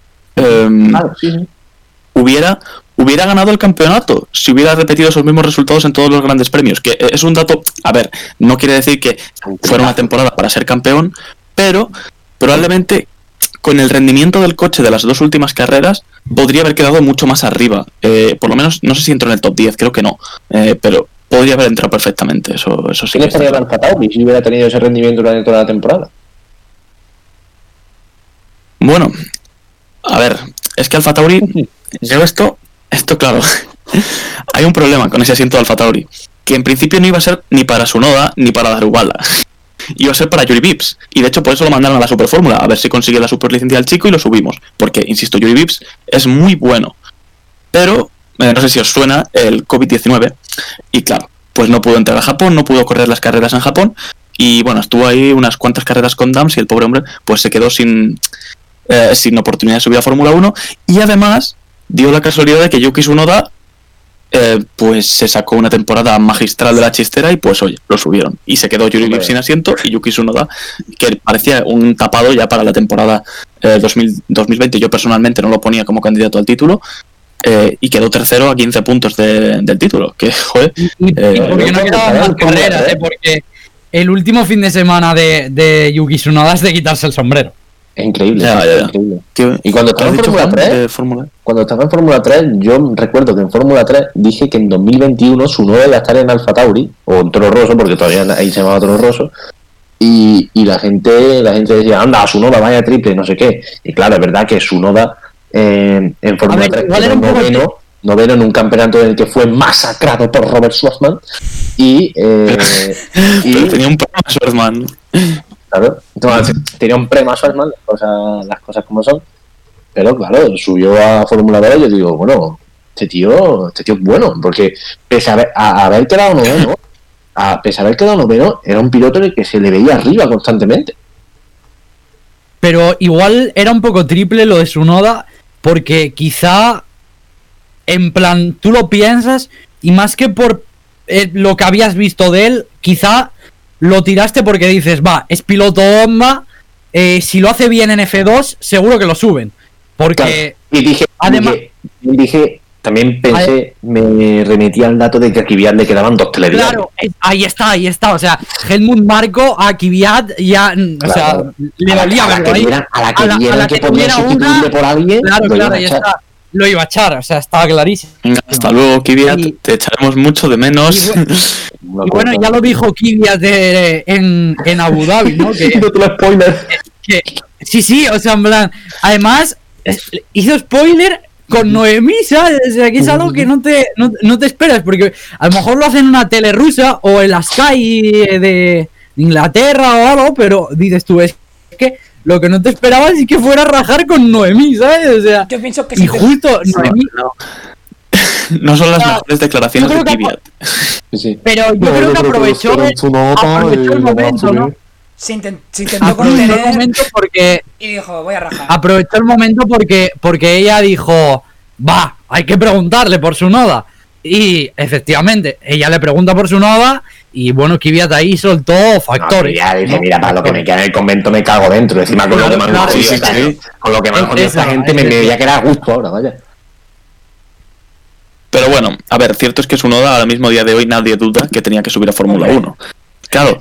hubiera ganado el campeonato si hubiera repetido esos mismos resultados en todos los grandes premios, que es un dato, a ver, no quiere decir que fuera una temporada para ser campeón, pero probablemente con el rendimiento del coche de las 2 últimas carreras podría haber quedado mucho más arriba, por lo menos no sé si entró en el top 10, creo que no, pero podría haber entrado perfectamente, eso sí. ¿Quién estaría en Alfa Tauri si hubiera tenido ese rendimiento durante toda la temporada? Bueno, a ver, es que Alfa Tauri, yo esto claro, hay un problema con ese asiento de Alfa Tauri, que en principio no iba a ser ni para Tsunoda ni para Daruvala, iba a ser para Yuri Vips, y de hecho por eso lo mandaron a la Superfórmula, a ver si consigue la superlicencia del chico y lo subimos, porque, insisto, Yuri Vips es muy bueno, pero no sé si os suena el COVID-19, y claro, pues no pudo entrar a Japón, no pudo correr las carreras en Japón, y bueno, estuvo ahí unas cuantas carreras con Dams y el pobre hombre pues se quedó sin oportunidad de subir a Fórmula 1, y además dio la casualidad de que Yuki Tsunoda pues se sacó una temporada magistral de la chistera y pues oye, lo subieron y se quedó Yuri Vips sin asiento y Yuki Tsunoda, que parecía un tapado ya para la temporada 2020, yo personalmente no lo ponía como candidato al título, y quedó tercero a 15 puntos del título, que joder, y porque no quedaban más carreras, porque el último fin de semana de Yuki Tsunoda es de quitarse el sombrero. Es increíble, ya. increíble. ¿Qué, y cuando estaba en Fórmula 3, yo recuerdo que en Fórmula 3 dije que en 2021 Tsunoda iba a estar en Alfa Tauri, o en Toro Rosso, porque todavía ahí se llamaba Toro Rosso, y la gente decía, anda, Tsunoda, vaya triple, no sé qué. Y claro, es verdad que Tsunoda en Fórmula 3 quedó noveno en un campeonato en el que fue masacrado por Robert Schwarzman, pero tenía un problema Schwarzman. Claro, entonces, tenía un premio a Schwarzman, las cosas como son, pero claro, subió a Fórmula 2 y yo digo, bueno, este tío es bueno, porque pese a haber quedado noveno, era un piloto en el que se le veía arriba constantemente. Pero igual era un poco triple lo de Tsunoda, porque quizá, en plan, tú lo piensas, y más que por lo que habías visto de él, quizá lo tiraste porque dices, va, es piloto Honda, si lo hace bien en F2, seguro que lo suben. Porque... Claro. Y dije, además, también pensé, me remetí al dato de que a Kvyat le quedaban 2 telediarios. Claro, ahí está, o sea, Helmut Marko a Kvyat ya, o sea, le valía verlo ahí. A la que podía sustituirle por alguien, claro, ya está. Lo iba a echar, o sea, estaba clarísimo. Venga, hasta luego, Kvyat, te echaremos mucho de menos. Y bueno, ya lo dijo Kvyat en Abu Dhabi, ¿no? No te lo spoiler. Sí, o sea, en plan, además, hizo spoiler con Noemí, ¿sabes? O sea, que es algo que no te esperas, porque a lo mejor lo hacen en una tele rusa o en la Sky de Inglaterra o algo, pero dices tú, es que lo que no te esperabas es que fuera a rajar con Noemí, ¿sabes? O sea, yo pienso que y justo Noemí... No son las mejores declaraciones de Kvyat. Sí. Pero yo creo que aprovechó el momento, ¿no? Se intentó contener el momento porque... Y dijo, voy a rajar. Aprovechó el momento porque ella dijo, va, hay que preguntarle por Tsunoda. Y efectivamente, ella le pregunta por Tsunoda y bueno, Kvyat ahí soltó factores. Ya dice, mira, para lo que me queda en el convento me cago dentro. Encima con lo que me han jodido, con lo que me han jodido esta gente me voy a quedar a gusto ahora, vaya. Pero bueno, a ver, cierto es que Tsunoda ahora mismo, día de hoy, nadie duda que tenía que subir a Fórmula 1. Claro,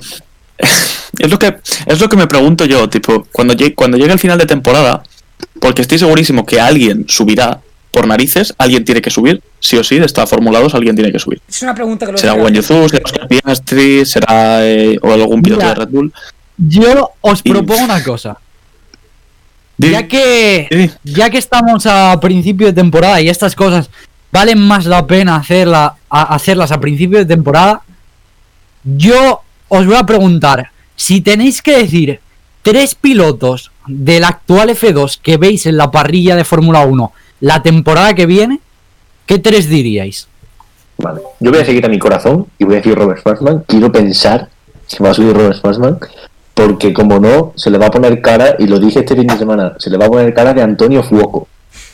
es lo que me pregunto yo, tipo, cuando llegue el final de temporada, porque estoy segurísimo que alguien subirá por narices, alguien tiene que subir, sí o sí, de esta Fórmula 2 alguien tiene que subir. Es una pregunta que lo será Guan Yu Zhou, será Oscar Piastri, será o algún piloto de Red Bull. Yo os propongo una cosa. Ya que estamos a principio de temporada y estas cosas valen más la pena hacerlas a principio de temporada, yo os voy a preguntar, si tenéis que decir 3 pilotos del actual F2 que veis en la parrilla de Fórmula 1 la temporada que viene, ¿qué 3 diríais? Vale. Yo voy a seguir a mi corazón y voy a decir Robert Schwarzman. Quiero pensar que va a subir Robert Schwarzman, porque como no, se le va a poner cara, y lo dije este fin de semana, se le va a poner cara de Antonio Fuoco.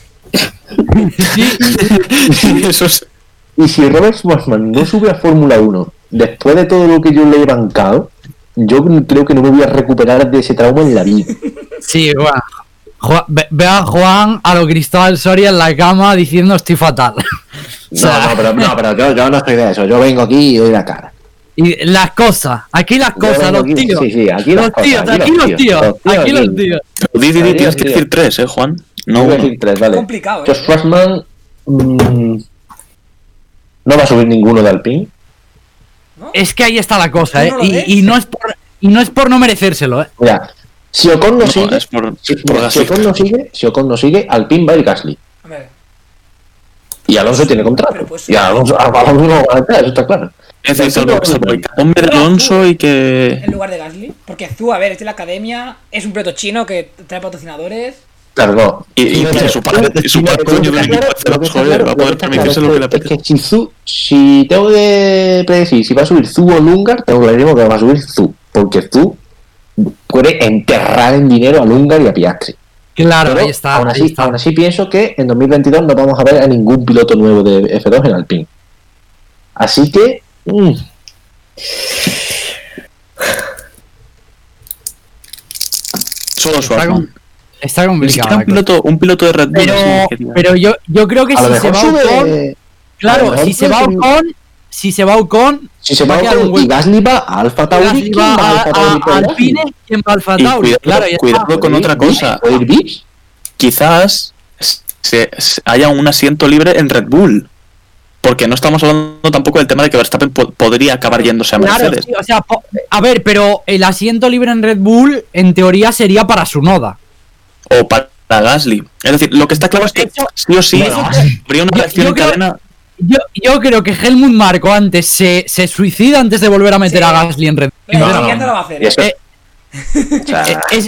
Eso es. Y si Robert Schwarzman no sube a Fórmula 1, después de todo lo que yo le he bancado, yo creo que no me voy a recuperar de ese trauma en la vida. Sí, bueno. Ve a Juan a lo Cristóbal Soria en la cama diciendo estoy fatal. Pero yo no estoy de eso. Yo vengo aquí y doy la cara. Y las cosas, aquí las cosas, los aquí, tíos. Sí, aquí los tíos, aquí los tíos. Tienes que decir 3, Juan. No, voy a decir 3, vale. Es complicado, Josh Schwarzman no va a subir ninguno de Alpine. ¿No? Es que ahí está la cosa, ¿Tú no lo ves? y no es por no merecérselo, Mira, si Ocon no sigue, es por si Gasly. Ocon no sigue, Alpine va a ir Gasly. A ver, Y Alonso tiene contrato. Pero pues- Y Alonso no va a entrar, eso está claro. Es decir, salvo el hombre de Alonso y que. en lugar de Gasly. Porque Zhu, a ver, es de la academia, es un piloto chino que trae patrocinadores. Claro, no. Y su padre coño del equipo de Alonso, joder, va a poder permitirse lo que le apetece. Es que si tengo que predecir si va a subir Zhu o Lungar, tengo clarísimo que va a subir Zhu. Porque Zhu puede enterrar en dinero a Lungar y a Piastri. Claro, Pero ahí está. aún ahí está. así pienso que en 2022 no vamos a ver a ningún piloto nuevo de F2 en Alpine. Así que... Solo Schwarzman. Está Ni siquiera complicado. un piloto de Red Bull. así que diga. Pero yo creo que a lo si se mejor va Ocon, sube... claro, a lo mejor si se va puede subir- Ocon, Si se va a quedar un Ocon y hueco. Gasly va a Alfa Tauri, Gasly ¿quién va a Alfa Tauri por a Gasly? Alpine, ¿quién va a Alfa Y Tauri? Claro, ya cuidado está. con otra cosa. ¿Puede ir Vips? Quizás haya un asiento libre en Red Bull. Porque no estamos hablando tampoco del tema de que Verstappen podría acabar yéndose a Claro, Mercedes. sí, o sea, a ver, pero el asiento libre en Red Bull, en teoría, sería para Tsunoda. O para Gasly. Es decir, lo que está claro es que sí o sí Bueno, habría una reacción en creo- cadena. Yo creo que Helmut Marko antes se suicida antes de volver a meter Sí. a Gasly en Red Bull. Pero No, ya no, no lo va a hacer. Y eso, Eh, o sea,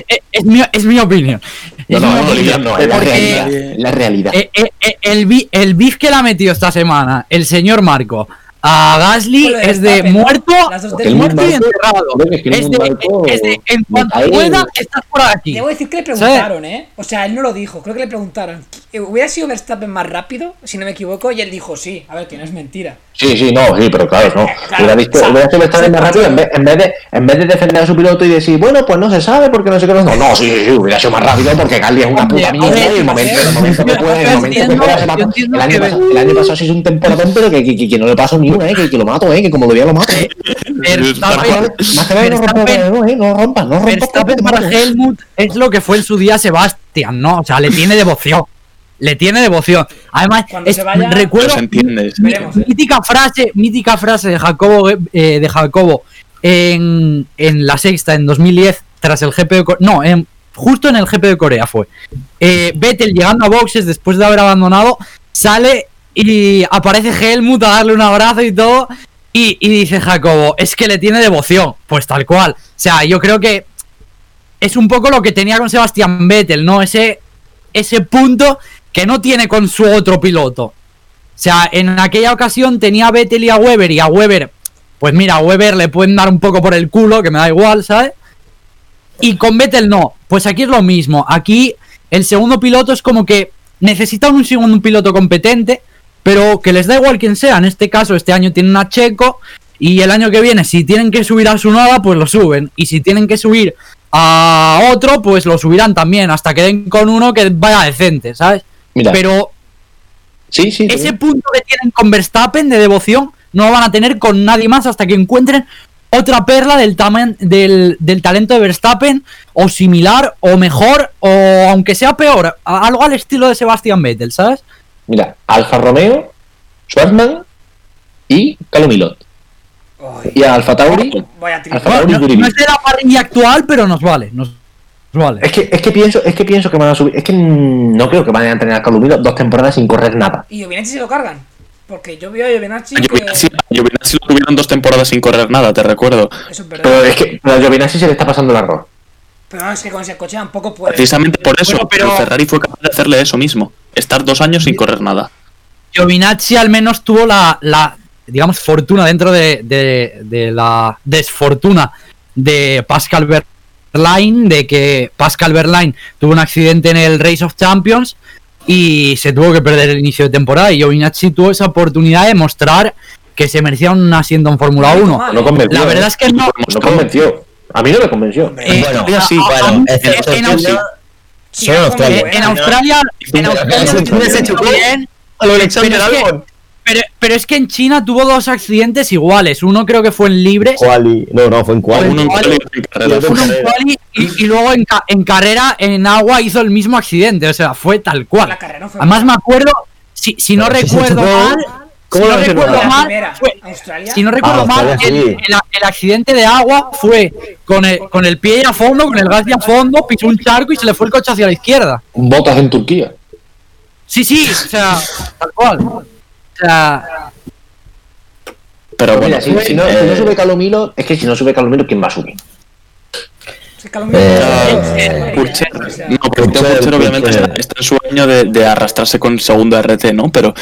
Es mi opinión. no, Es mi no, opinión. no, es la Porque, realidad. Es la realidad. el beef que le ha metido esta semana el señor Marco a Gasly Con lo de es de Verstappen, ¿no? muerto, Las dos Porque de el muerto y Marco- enterrado. Hombre, que el Es de, Marco es de en me cuanto cae- pueda, estás por aquí. Debo decir que le preguntaron, ¿eh? O sea, él no lo dijo, creo que le preguntaron. ¿Hubiera sido Verstappen más rápido? Si no me equivoco, y él dijo sí. A ver, que no es mentira. Sí, pero claro, no. Claro, Hubiera visto, o sea, hubiera sido Verstappen se más rápido pasó. en vez de defender a su piloto y decir, bueno, pues no se sabe porque no sé qué. No, sí, hubiera sido más rápido porque Gasly es una Hombre, puta a mierda ver, y el momento que puede, el momento que pueda se va. entiendo El que año pasado sí es un temporadón, pero que no le paso ni una, que lo mato, que como lo vea lo mato. Verstappen, Más que nada no rompas. Verstappen para Helmut es lo que fue en su día Sebastián, ¿no? O sea, le tiene devoción. Le tiene devoción. Además, Cuando se vaya- recuerdo Pero se entiende. Veremos, ¿eh? mítica frase de Jacobo en la sexta en 2010 tras el GP de Corea, justo en el GP de Corea fue. Vettel llegando a boxes después de haber abandonado, sale y aparece Helmut a darle un abrazo y todo. Y dice Jacobo, es que le tiene devoción. Pues tal cual. O sea, yo creo que es un poco lo que tenía con Sebastián Vettel, ¿no? Ese punto que no tiene con su otro piloto. O sea, en aquella ocasión tenía a Vettel y a Weber, pues mira, a Weber le pueden dar un poco por el culo, que me da igual, ¿sabes? Y con Vettel no. Pues aquí es lo mismo. Aquí el segundo piloto es como que necesitan un segundo piloto competente, pero que les da igual quién sea. En este caso, este año tienen a Checo y el año que viene, si tienen que subir a Tsunoda, pues lo suben. Y si tienen que subir a otro, pues lo subirán también, hasta que den con uno que vaya decente, ¿sabes? Mira, Pero sí. ese punto que tienen con Verstappen de devoción no lo van a tener con nadie más hasta que encuentren otra perla del talento de Verstappen, o similar, o mejor, o aunque sea peor, algo al estilo de Sebastian Vettel, ¿sabes? Mira, Alfa Romeo, Schwarzman y Calumilot. Uy, Y a Alfa Tauri, vaya Alfa triple. Tauri No Guribi. es de la parrilla actual, pero nos vale, vale. Es que pienso que van a subir. Es que no creo que vayan a tener a Calumilot 2 temporadas sin correr nada. Y Giovinazzi se lo cargan. Porque yo veo a Giovinazzi A que... Giovinazzi lo tuvieron 2 temporadas sin correr nada, te recuerdo. Eso es verdad. Pero es que a Giovinazzi se le está pasando el arroz. Pero no, es que con ese coche tampoco puede. Precisamente por eso, Bueno, pero- el Ferrari fue capaz de hacerle eso mismo. Estar 2 años sin correr nada. Giovinazzi al menos tuvo la digamos, fortuna dentro de la desfortuna de Pascal Wehrlein, de que Pascal Wehrlein tuvo un accidente en el Race of Champions y se tuvo que perder el inicio de temporada, y Giovinazzi tuvo esa oportunidad de mostrar que se merecía un asiento en Fórmula 1. No convenció. La verdad es que no convenció. A mí no me convenció. Bueno, sí, bueno, en Australia bien, pero es que en China tuvo 2 accidentes iguales. Uno creo que fue en libres, Quali. No, fue en Quali. Uno en quali y en carreras. uno en quali, y luego en carrera en agua hizo el mismo accidente. O sea, fue tal cual. La carrera no fue Además me acuerdo, si no recuerdo mal, ¿Cómo lo recuerdo la mal, primera, fue- Australia. si no recuerdo mal, Australia, sí. el accidente de agua fue con el pie a fondo, con el gas a fondo, pisó un charco y se le fue el coche hacia la izquierda. Botas en Turquía. Sí, o sea, tal cual. O sea, Pero bueno, Mira, si no sube Calomilo, es que si no sube Calomilo, ¿quién va a subir? Es que Calomiro- Purcher, o sea, no, pero Purcher obviamente está en su año de arrastrarse con segundo RT, ¿no? Pero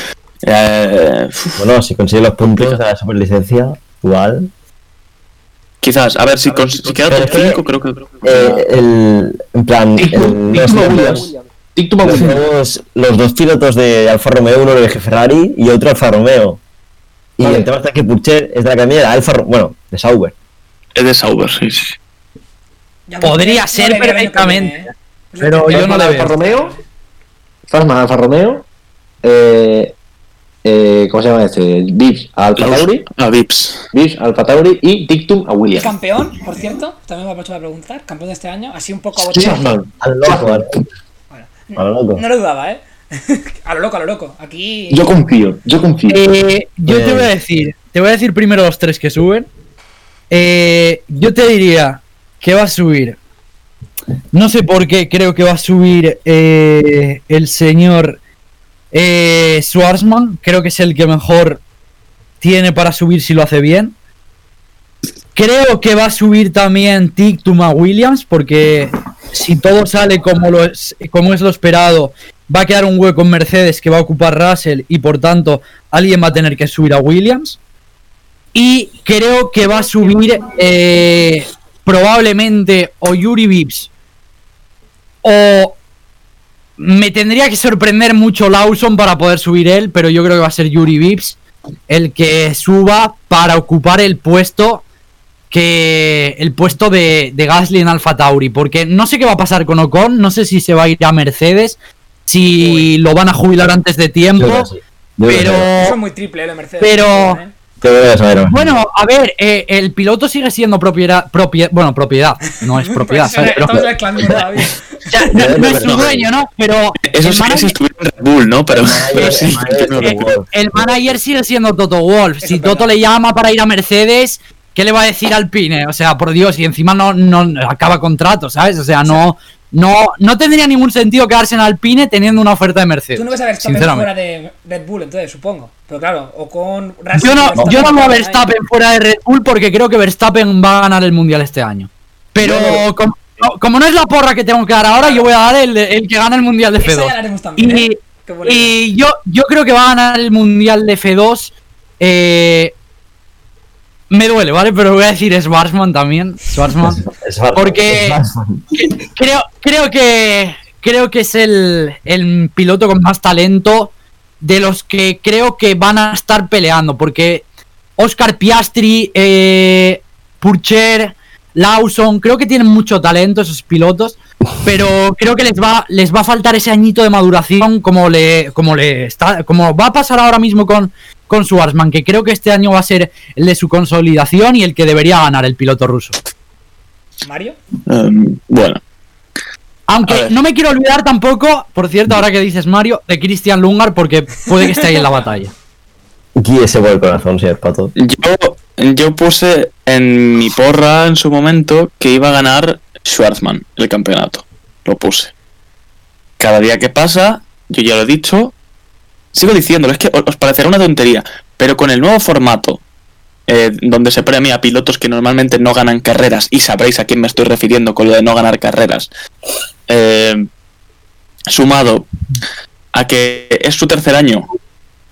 Bueno, si consigue los puntos de la superlicencia, igual. quizás, a ver, si queda top 5, creo que... En plan, TikTok los dos pilotos de Alfa Romeo, uno de Ferrari y otro Alfa Romeo. Y Vale. el tema está que Purcher es de la academia de Alfa Romeo, de Sauber. Es de Sauber, sí. ya podría no ser le veo el año que perfectamente, viene, pero yo no le Alfa veo. Romeo. Fasman Alfa Romeo. ¿Cómo se llama este? Vips a Alfa Tauri. Vips. Vips a Alfa Tauri y Dictum a ¿Y Williams. campeón, por cierto? También me aprovecho de preguntar. ¿Campeón de este año? Así un poco a bote. Fasman. Al loco, a lo loco. No lo dudaba, ¿eh? A lo loco. Aquí... Yo confío. Yo te voy a decir primero los 3 que suben. Yo te diría que va a subir. No sé por qué creo que va a subir el señor Schwarzman. Creo que es el que mejor tiene para subir si lo hace bien. Creo que va a subir también Tictum a Williams, porque si todo sale como es lo esperado, va a quedar un hueco en Mercedes que va a ocupar Russell y por tanto alguien va a tener que subir a Williams. Y creo que va a subir probablemente o Yuri Vips o me tendría que sorprender mucho Lawson para poder subir él, pero yo creo que va a ser Yuri Vips el que suba para ocupar el puesto de Gasly en Alfa Tauri, porque no sé qué va a pasar con Ocon, no sé si se va a ir a Mercedes, si lo van a jubilar antes de tiempo, pero Eso es muy triple, de Mercedes. pero- ¿eh? bueno, a ver, el piloto sigue siendo propiedad, no es propiedad, ¿sabes? Pero- Estamos mezclando todavía. o sea, no es su dueño, ¿no? Pero Eso el sí que manager- si estuviera en Red Bull, ¿no? Pero sí. el manager sigue siendo Toto Wolff. Eso Si es Toto verdad. le llama para ir a Mercedes, ¿qué le va a decir al Alpine? O sea, por Dios, y encima no acaba contrato, ¿sabes? O sea, no tendría ningún sentido quedarse en Alpine teniendo una oferta de Mercedes. Tú no ves a Verstappen sinceramente. fuera de Red Bull, entonces, supongo. Pero claro, o con Yo no veo a Verstappen fuera de Red Bull porque creo que Verstappen va a ganar el Mundial este año. Pero como no es la porra que tengo que dar ahora, yo voy a dar el que gana el Mundial de Esa ya la F2. haremos también, ¿eh? Qué bonito. Y yo creo que va a ganar el Mundial de F2. Me duele, ¿vale? Pero voy a decir Schwarzman también. Schwarzman. Porque creo que es el piloto con más talento de los que creo que van a estar peleando. Porque Oscar Piastri, Purcher, Lawson, creo que tienen mucho talento esos pilotos. Pero creo que les va a faltar ese añito de maduración como va a pasar ahora mismo con Schwarzman, que creo que este año va a ser el de su consolidación y el que debería ganar el piloto ruso. ¿Mario? Bueno, A Aunque ver. no me quiero olvidar tampoco, por cierto, ahora que dices Mario, de Christian Lungar, porque puede que esté ahí en la batalla. Guíese por el corazón, señor Pato. yo puse en mi porra en su momento que iba a ganar Schwarzman el campeonato. Lo puse. Cada día que pasa, yo ya lo he dicho, sigo diciéndolo, es que os parecerá una tontería, pero con el nuevo formato, donde se premia a pilotos que normalmente no ganan carreras, y sabréis a quién me estoy refiriendo con lo de no ganar carreras, sumado a que es su tercer año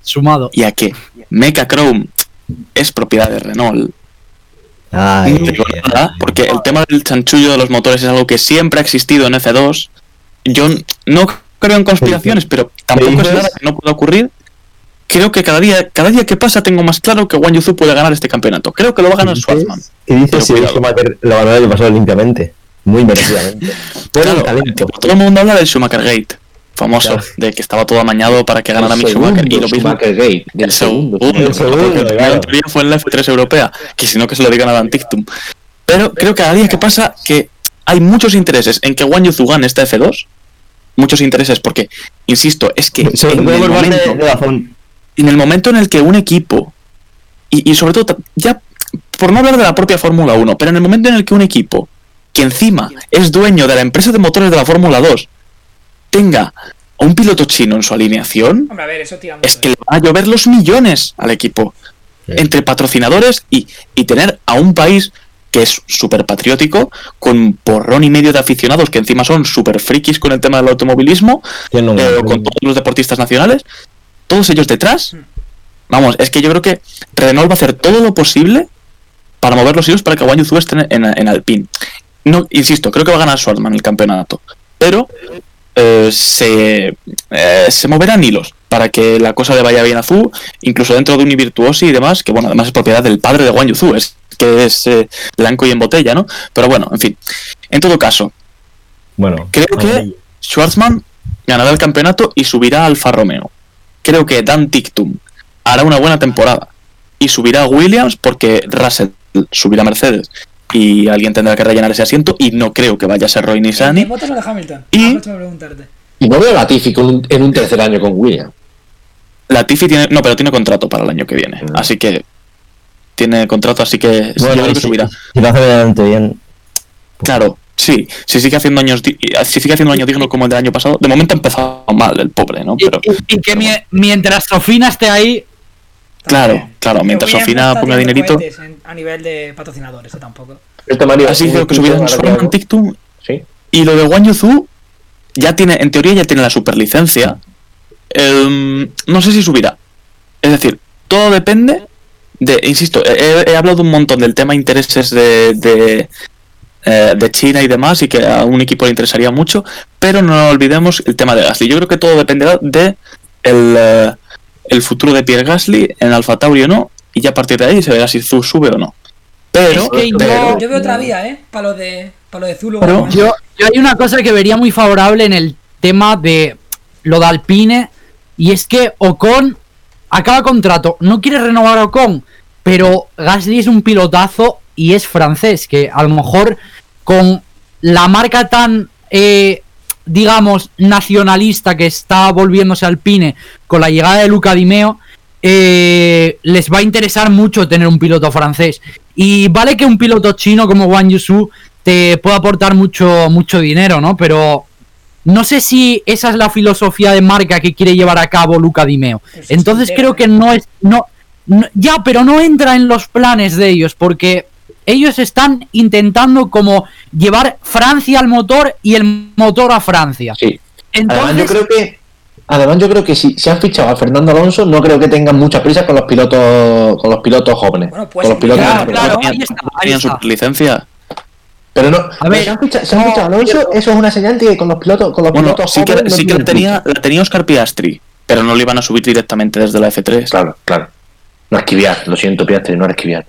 sumado. y a que Mecha Chrome es propiedad de Renault, Ay, no digo nada, porque el tema del chanchullo de los motores es algo que siempre ha existido en F2. Yo no creo en conspiraciones, pero tampoco es dices? nada que no pueda ocurrir. Creo que cada día que pasa tengo más claro que Wang Yuzu puede ganar este campeonato. Creo que lo va a ganar Schwarzman. ¿Qué dices? Pero Si cuidado. Schumacher lo ganó el año pasado limpiamente. Muy merecidamente. Por el Claro, talento. todo el mundo habla del Schumacher Gate, famoso, Claro. de que estaba todo amañado para que ganara El Mick Schumacher. Y segundo lo mismo Schumacher Gate, del el segundo, segundo. El segundo, porque el primero claro. en teoría fue en la F3 europea, que si no que se lo digan a Dan Tictum. Pero creo que cada día que pasa que hay muchos intereses en que Wang Yuzu gane esta F2, muchos intereses, porque, insisto, es que Sobre en todo el por parte momento, de Dazón. en el momento en el que un equipo, y sobre todo, ya por no hablar de la propia Fórmula 1, pero en el momento en el que un equipo, que encima es dueño de la empresa de motores de la Fórmula 2, tenga a un piloto chino en su alineación, Hombre, a ver, eso tira mucho. es que le van a llover los millones al equipo. Sí. Entre patrocinadores y tener a un país que es súper patriótico, con porrón y medio de aficionados que encima son súper frikis con el tema del automovilismo, ¿Quién no? con todos los deportistas nacionales, todos ellos detrás. Vamos, es que yo creo que Renault va a hacer todo lo posible para mover los hilos para que Wang Yuzu esté en Alpine. No, insisto, creo que va a ganar Schwarzman el campeonato, pero se moverán hilos para que la cosa le vaya bien a Zhu, incluso dentro de Univirtuosi y demás, que bueno, además es propiedad del padre de Wang Yuzu, es que es blanco y en botella, ¿no? Pero bueno, en fin. En todo caso, Bueno, creo que Schwarzman ganará el campeonato y subirá a Alfa Romeo. Creo que Dan Tictum hará una buena temporada y subirá a Williams porque Russell subirá a Mercedes y alguien tendrá que rellenar ese asiento y no creo que vaya a ser Roy ¿De Nissany. Bottas o de Hamilton? Y- Aprovecho para preguntarte. Y no veo a Latifi en un tercer año con Williams. Latifi tiene, no, pero tiene contrato para el año que viene, así que tiene contrato, así que yo creo que subirá. Si lo hace medianamente bien. Claro, sí, si sigue haciendo años digno como el del año pasado, de momento ha empezado mal el pobre, ¿no? Pero Y que mientras Sofina esté ahí, claro, mientras Williams Sofina no está ponga tirando dinerito, cohetes a nivel de patrocinadores, tampoco. Este Mario, así creo que subirán Schwarzman, Tictum. Sí. Y lo de Wang Yuzu ya tiene, en teoría ya tiene la superlicencia. No sé si subirá. Es decir, todo depende de, insisto, he hablado un montón del tema intereses de China y demás, y que a un equipo le interesaría mucho, pero no olvidemos el tema de Gasly. Yo creo que todo dependerá de el futuro de Pierre Gasly en Alfa Tauri o no, y ya a partir de ahí se verá si Zhu sube o no. Pero, Es que Yo veo otra vía, para lo de Zulu. Pero vamos. yo hay una cosa que vería muy favorable en el tema de lo de Alpine, y es que Ocon acaba contrato, no quiere renovar a Ocon, pero Gasly es un pilotazo y es francés, que a lo mejor con la marca tan, digamos, nacionalista que está volviéndose Alpine con la llegada de Luca Di Meo, les va a interesar mucho tener un piloto francés. Y vale que un piloto chino como Wang Yuzu te puede aportar mucho dinero, ¿no? Pero no sé si esa es la filosofía de marca que quiere llevar a cabo Luca Di Meo. Pues Entonces es creo que no es... ya, pero no entra en los planes de ellos, porque ellos están intentando como llevar Francia al motor y el motor a Francia. Sí. Entonces, Además, yo creo que si se han fichado a Fernando Alonso, no creo que tengan mucha prisa con los pilotos jóvenes. Bueno, pues con los pilotos claro, jóvenes. claro. ¿no ahí está, ahí tenían está. superlicencia? Pero no, A ver, si han fichado a Alonso, eso es una señal de que con los pilotos Bueno, jóvenes sí que no la tienen tenía Oscar Piastri, pero no le iban a subir directamente desde la F3. prisa. Claro. No esquiviar, lo siento, Piastri, no esquiviar.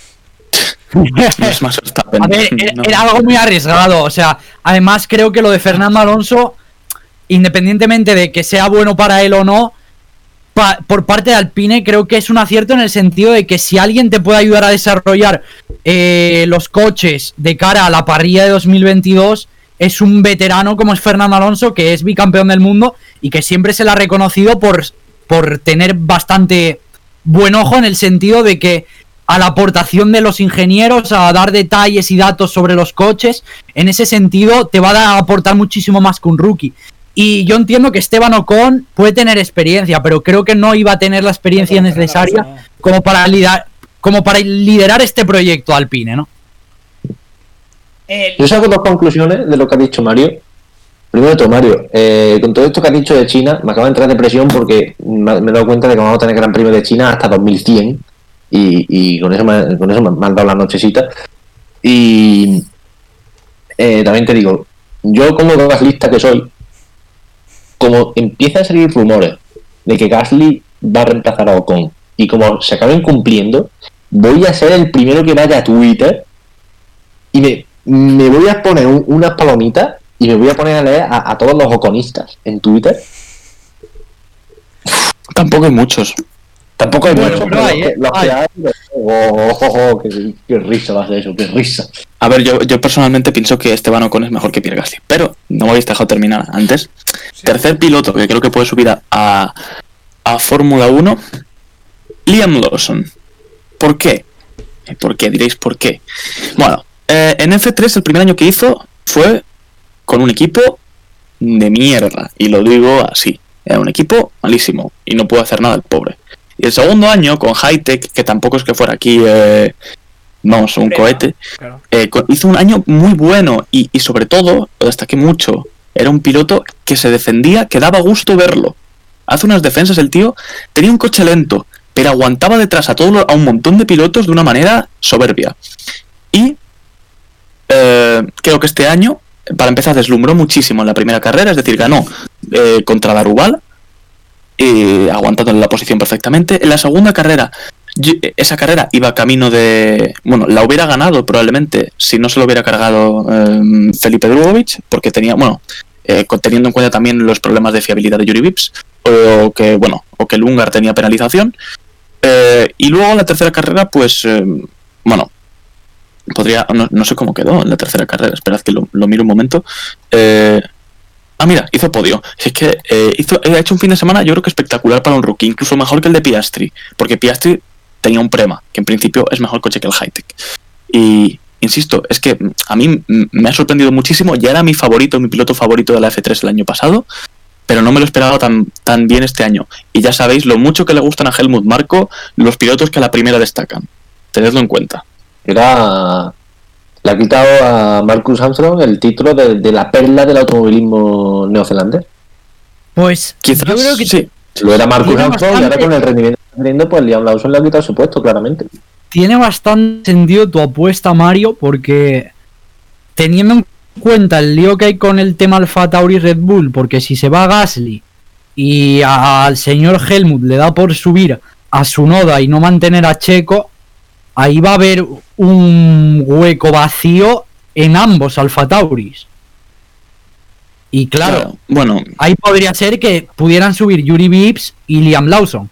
No es más Verstappen. A ver, No. era algo muy arriesgado. O sea, además creo que lo de Fernando Alonso, independientemente de que sea bueno para él o no, por parte de Alpine, creo que es un acierto en el sentido de que si alguien te puede ayudar a desarrollar los coches de cara a la parrilla de 2022, es un veterano como es Fernando Alonso, que es bicampeón del mundo y que siempre se le ha reconocido por tener bastante buen ojo, en el sentido de que a la aportación de los ingenieros, a dar detalles y datos sobre los coches, en ese sentido te va a aportar muchísimo más que un rookie. Y yo entiendo que Esteban Ocon puede tener experiencia, pero creo que no iba a tener la experiencia Pero necesaria no. como para liderar este proyecto Alpine, ¿no? Yo saco dos conclusiones de lo que ha dicho Mario. Primero de todo, Mario, con todo esto que has dicho de China, me acaba de entrar depresión porque me he dado cuenta de que vamos a tener Gran Premio de China hasta 2100 y con eso me han dado la nochecita. Y también te digo, yo como gaslista que soy, como empiezan a salir rumores de que Gasly va a reemplazar a Ocon y como se acaben cumpliendo, voy a ser el primero que vaya a Twitter y me voy a poner unas palomitas y me voy a poner a leer a todos los oconistas en Twitter. Tampoco hay muchos. Tampoco hay Bueno, muchos, pero hay, los que hay, qué risa va a ser eso, qué risa. A ver, yo personalmente pienso que Esteban Ocon es mejor que Pierre Gasly, pero no me habéis dejado terminar antes. Sí. Tercer piloto que creo que puede subir a Fórmula 1, Liam Lawson. ¿Por qué? ¿Por qué? Diréis ¿por qué? Bueno, en F3 el primer año que hizo fue con un equipo de mierda, y lo digo así. Era un equipo malísimo y no pudo hacer nada el pobre. Y el segundo año con Hightech, que tampoco es que fuera aquí, vamos, un cohete, Claro. hizo un año muy bueno y sobre todo, lo destaqué mucho, era un piloto que se defendía, que daba gusto verlo. Hace unas defensas el tío, tenía un coche lento, pero aguantaba detrás a un montón de pilotos de una manera soberbia. Y creo que este año, para empezar, deslumbró muchísimo en la primera carrera, es decir, ganó contra Daruval, aguantando la posición perfectamente. En la segunda carrera, esa carrera iba camino de... Bueno, la hubiera ganado probablemente si no se lo hubiera cargado Felipe Drugovich, porque tenía... Bueno, teniendo en cuenta también los problemas de fiabilidad de Yuri Vips, o que el húngar tenía penalización. Y luego en la tercera carrera, pues... bueno, podría... No sé cómo quedó en la tercera carrera, esperad que lo miro un momento. Mira, hizo podio. Es que ha hecho un fin de semana, yo creo que espectacular para un rookie, incluso mejor que el de Piastri, porque Piastri tenía un Prema, que en principio es mejor coche que el Hightech. Y insisto, es que a mí me ha sorprendido muchísimo. Ya era mi piloto favorito de la F3 el año pasado, pero no me lo esperaba tan bien este año. Y ya sabéis lo mucho que le gustan a Helmut Marko los pilotos que a la primera destacan. Tenedlo en cuenta. Le ha quitado a Marcus Armstrong el título de la perla del automovilismo neozelandés. Pues Quizás yo creo que sí. Lo era Marcus Tiene Armstrong y ahora bastante- con el rendimiento que está teniendo, pues Liam Lawson le ha quitado su puesto, claramente. tiene bastante sentido tu apuesta, Mario, porque teniendo en cuenta el lío que hay con el tema Alfa Tauri y Red Bull, porque si se va a Gasly y al señor Helmut le da por subir a Tsunoda y no mantener a Checo, ahí va a haber un hueco vacío en ambos Alfa Tauris. Y claro, Bueno, ahí podría ser que pudieran subir Yuri Vips y Liam Lawson.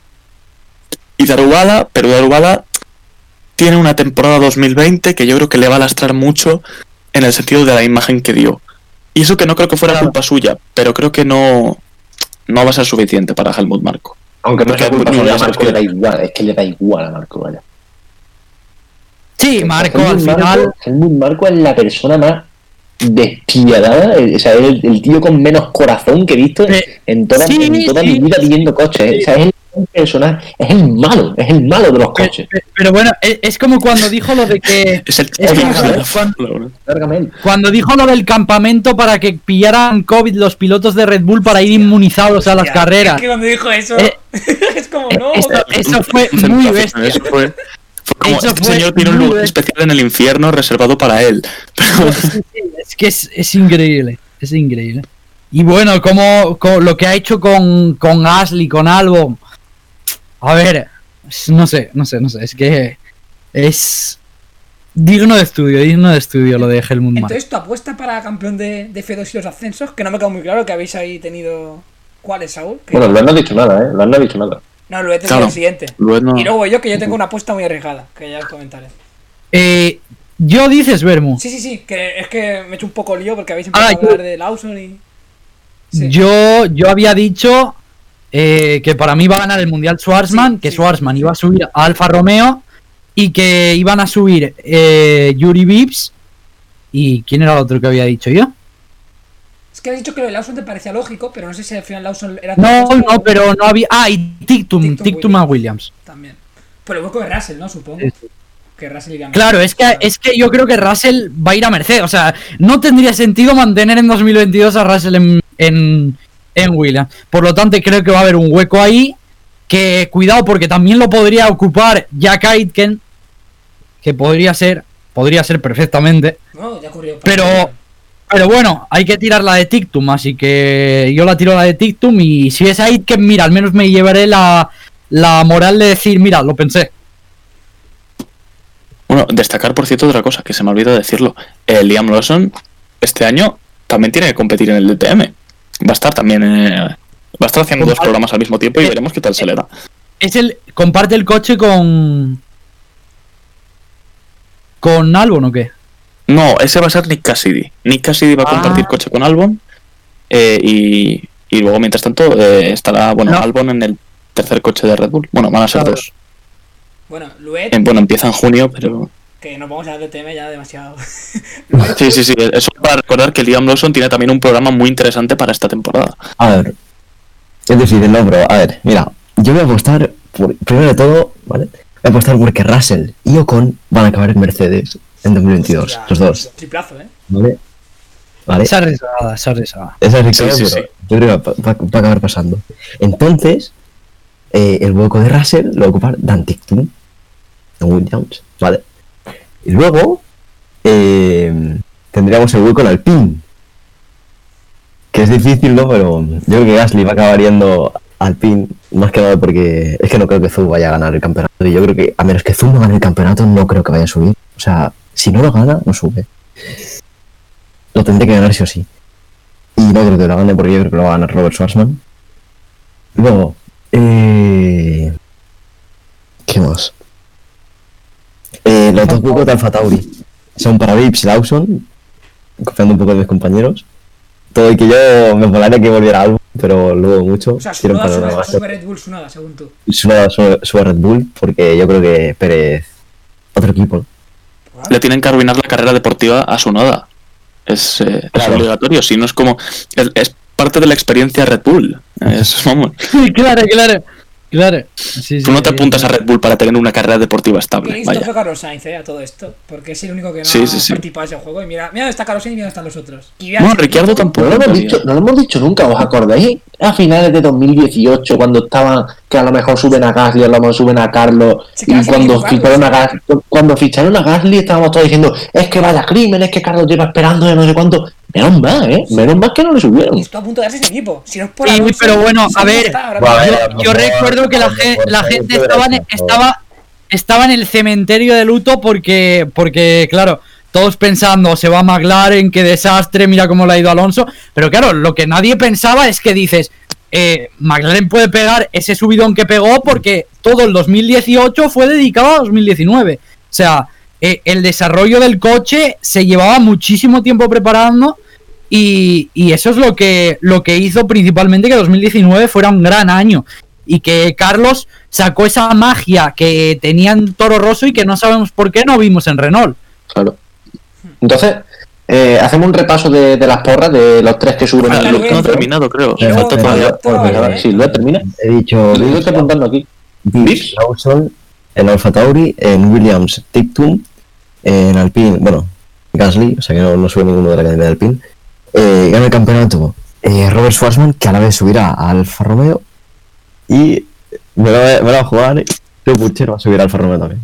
y Daruvala, pero Daruvala tiene una temporada 2020 que yo creo que le va a lastrar mucho en el sentido de la imagen que dio. Y eso que no creo que fuera culpa suya, pero creo que no va a ser suficiente para Helmut Marko. Aunque no Porque sea culpa no, suya, ya a sabes Marco le que- da igual, es que le da igual a Marco, vaya. Sí, Marco al final... Helmut Marko es la persona más despiadada, o sea, es el tío con menos corazón que he visto en toda sí, mi vida viviendo coches. O sea, es el personaje, es el malo de los coches. Pero bueno, es como cuando dijo lo de que... Es el Es como cuando dijo lo del campamento para que pillaran COVID los pilotos de Red Bull para ir inmunizados a las Ya, carreras. Es que cuando dijo eso, es como, no. Eso fue muy bestia. Eso fue como Eso este fue señor tiene un muy lugar bestia. especial en el infierno reservado para él. Pero, Es que es increíble, es increíble. Y bueno, como lo que ha hecho con Gasly, con Albon. A ver, no sé, es que es digno de estudio lo de Helmut Marko. Entonces, tu apuesta para campeón de F2 y los ascensos, que no me quedó muy claro que habéis ahí tenido. ¿Cuál es, Saúl? Que... Bueno, Luis no ha dicho nada, ¿eh? Luis no ha dicho nada. No, lo he tenido Claro. el siguiente. Luego Y luego yo tengo una apuesta muy arriesgada, que ya os comentaré. Yo dices, Vermu. Sí, que es que me he hecho un poco lío porque habéis empezado a hablar de Lawson y. Sí. Yo había dicho que para mí va a ganar el Mundial Schwarzman, Sí, que sí, Schwarzman sí. iba a subir a Alfa Romeo y que iban a subir Yuri Vips. ¿Y quién era el otro que había dicho yo? Es que has dicho que lo de Lawson te parecía lógico, pero no sé si al final Lawson era. No, puesto o- pero no había... Ah, y Tictum a Williams. También. Por el hueco de Russell, ¿no? Supongo. Sí, sí. que Russell iría a Claro, Mercedes. es que yo creo que Russell va a ir a Mercedes. O sea, no tendría sentido mantener en 2022 a Russell en Williams. Por lo tanto, creo que va a haber un hueco ahí. Que cuidado, porque también lo podría ocupar Jack Aitken. Que podría ser perfectamente. No, ya ocurrió. Pero bueno, hay que tirar la de Tictum. Así que yo la tiro la de Tictum. Y si es Aitken, mira, al menos me llevaré la moral de decir, mira, lo pensé. Bueno, destacar, por cierto, otra cosa, que se me olvidó decirlo. Liam Lawson, este año, también tiene que competir en el DTM. Va a estar también... va a estar haciendo dos programas al mismo tiempo y veremos qué tal se le da. Comparte el coche con Albon o qué? No, ese va a ser Nick Cassidy. Nick Cassidy va a compartir coche con Albon. Y luego, mientras tanto, estará Albon en el tercer coche de Red Bull. Bueno, van a ser dos. Bueno, Luet, Empieza en junio, pero... que nos vamos a dar de TM ya demasiado. Sí. Eso para recordar que Liam Lawson tiene también un programa muy interesante para esta temporada. A ver, es difícil, ¿no? Pero, a ver, mira, yo voy a apostar, primero de todo, ¿vale? Voy a apostar porque Russell y Ocon van a acabar en Mercedes en 2022, Hostia, los dos, Triplazo, ¿vale? ¿Vale? Esa arriesgada. Esa es Sí, pero sí. yo creo que va a acabar pasando. Entonces, el hueco de Russell lo va a ocupar Dan Ticktum en Williams, ¿vale? Y luego tendríamos el hueco en Alpine, que es difícil, ¿no? Pero yo creo que Gasly va a acabar yendo a Alpine, más que nada porque es que no creo que Zhou vaya a ganar el campeonato. Y yo creo que, a menos que Zhou no gane el campeonato, no creo que vaya a subir. O sea, si no lo gana, no sube. Lo tendré que ganar sí o sí. Y no creo que lo gane porque yo creo que lo va a ganar Robert Schwarzman. Luego, ¿qué más? Los dos huecos de Alfa Tauri son para Vips y Lawson, confiando un poco en mis compañeros. Todo y que yo me molaría que volviera algo, pero luego mucho. O sea, Quiero sube Red Bull, Tsunoda, según tú. Sube Red Bull, porque yo creo que Pérez, otro equipo. Le tienen que arruinar la carrera deportiva a Tsunoda. Es obligatorio, si no es como... Es parte de la experiencia Red Bull. Vamos. Claro. Sí, Tú no te apuntas a Red Bull para tener una carrera deportiva Que estable. listo Vaya. fue Carlos Sainz, a todo esto. Porque es el único que no Sí. ha participado en ese juego. Y mira dónde está Carlos Sainz y mira dónde están los otros. Y No, Ricciardo tampoco. No lo hemos dicho nunca, ¿os acordáis? A finales de 2018, cuando estaban, que a lo mejor suben a Gasly, a lo mejor suben a Carlos, Se y quedan sin cuando jugarlos. ficharon a Gasly estábamos todos diciendo, es que vaya crimen, es que Carlos lleva esperando de no sé cuánto. Menos mal, menos mal que no le subieron. Y estuvo a punto de darse ese equipo. Si no es por Sí, Alonso, pero bueno, a ¿sabes ver, dónde está ahora Vale, mismo? Yo recuerdo que la gente estaba en el cementerio de luto porque claro, todos pensando, se va a McLaren, qué desastre, mira cómo le ha ido Alonso. Pero claro, lo que nadie pensaba es que dices, McLaren puede pegar ese subidón que pegó porque todo el 2018 fue dedicado a 2019. O sea, el desarrollo del coche se llevaba muchísimo tiempo preparando y eso es lo que hizo principalmente que 2019 fuera un gran año y que Carlos sacó esa magia que tenía en Toro Rosso y que no sabemos por qué no vimos en Renault. Claro. Entonces, hacemos un repaso de las porras de los tres que suben Falta al Luis, No ha terminado, creo. Y luego Falta todavía. todavía, Sí, lo termina. He dicho Lo estoy apuntando aquí. Vips, Lawson, en Alfa Tauri, en Williams, Tictum, en Alpine, bueno, Gasly, o sea que no sube ninguno de la academia de Alpine. Gana el campeonato Robert Schwarzman, que a la vez subirá a Alfa Romeo. Y me la voy a jugar. Teo Puchero va a subir a Alfa Romeo también.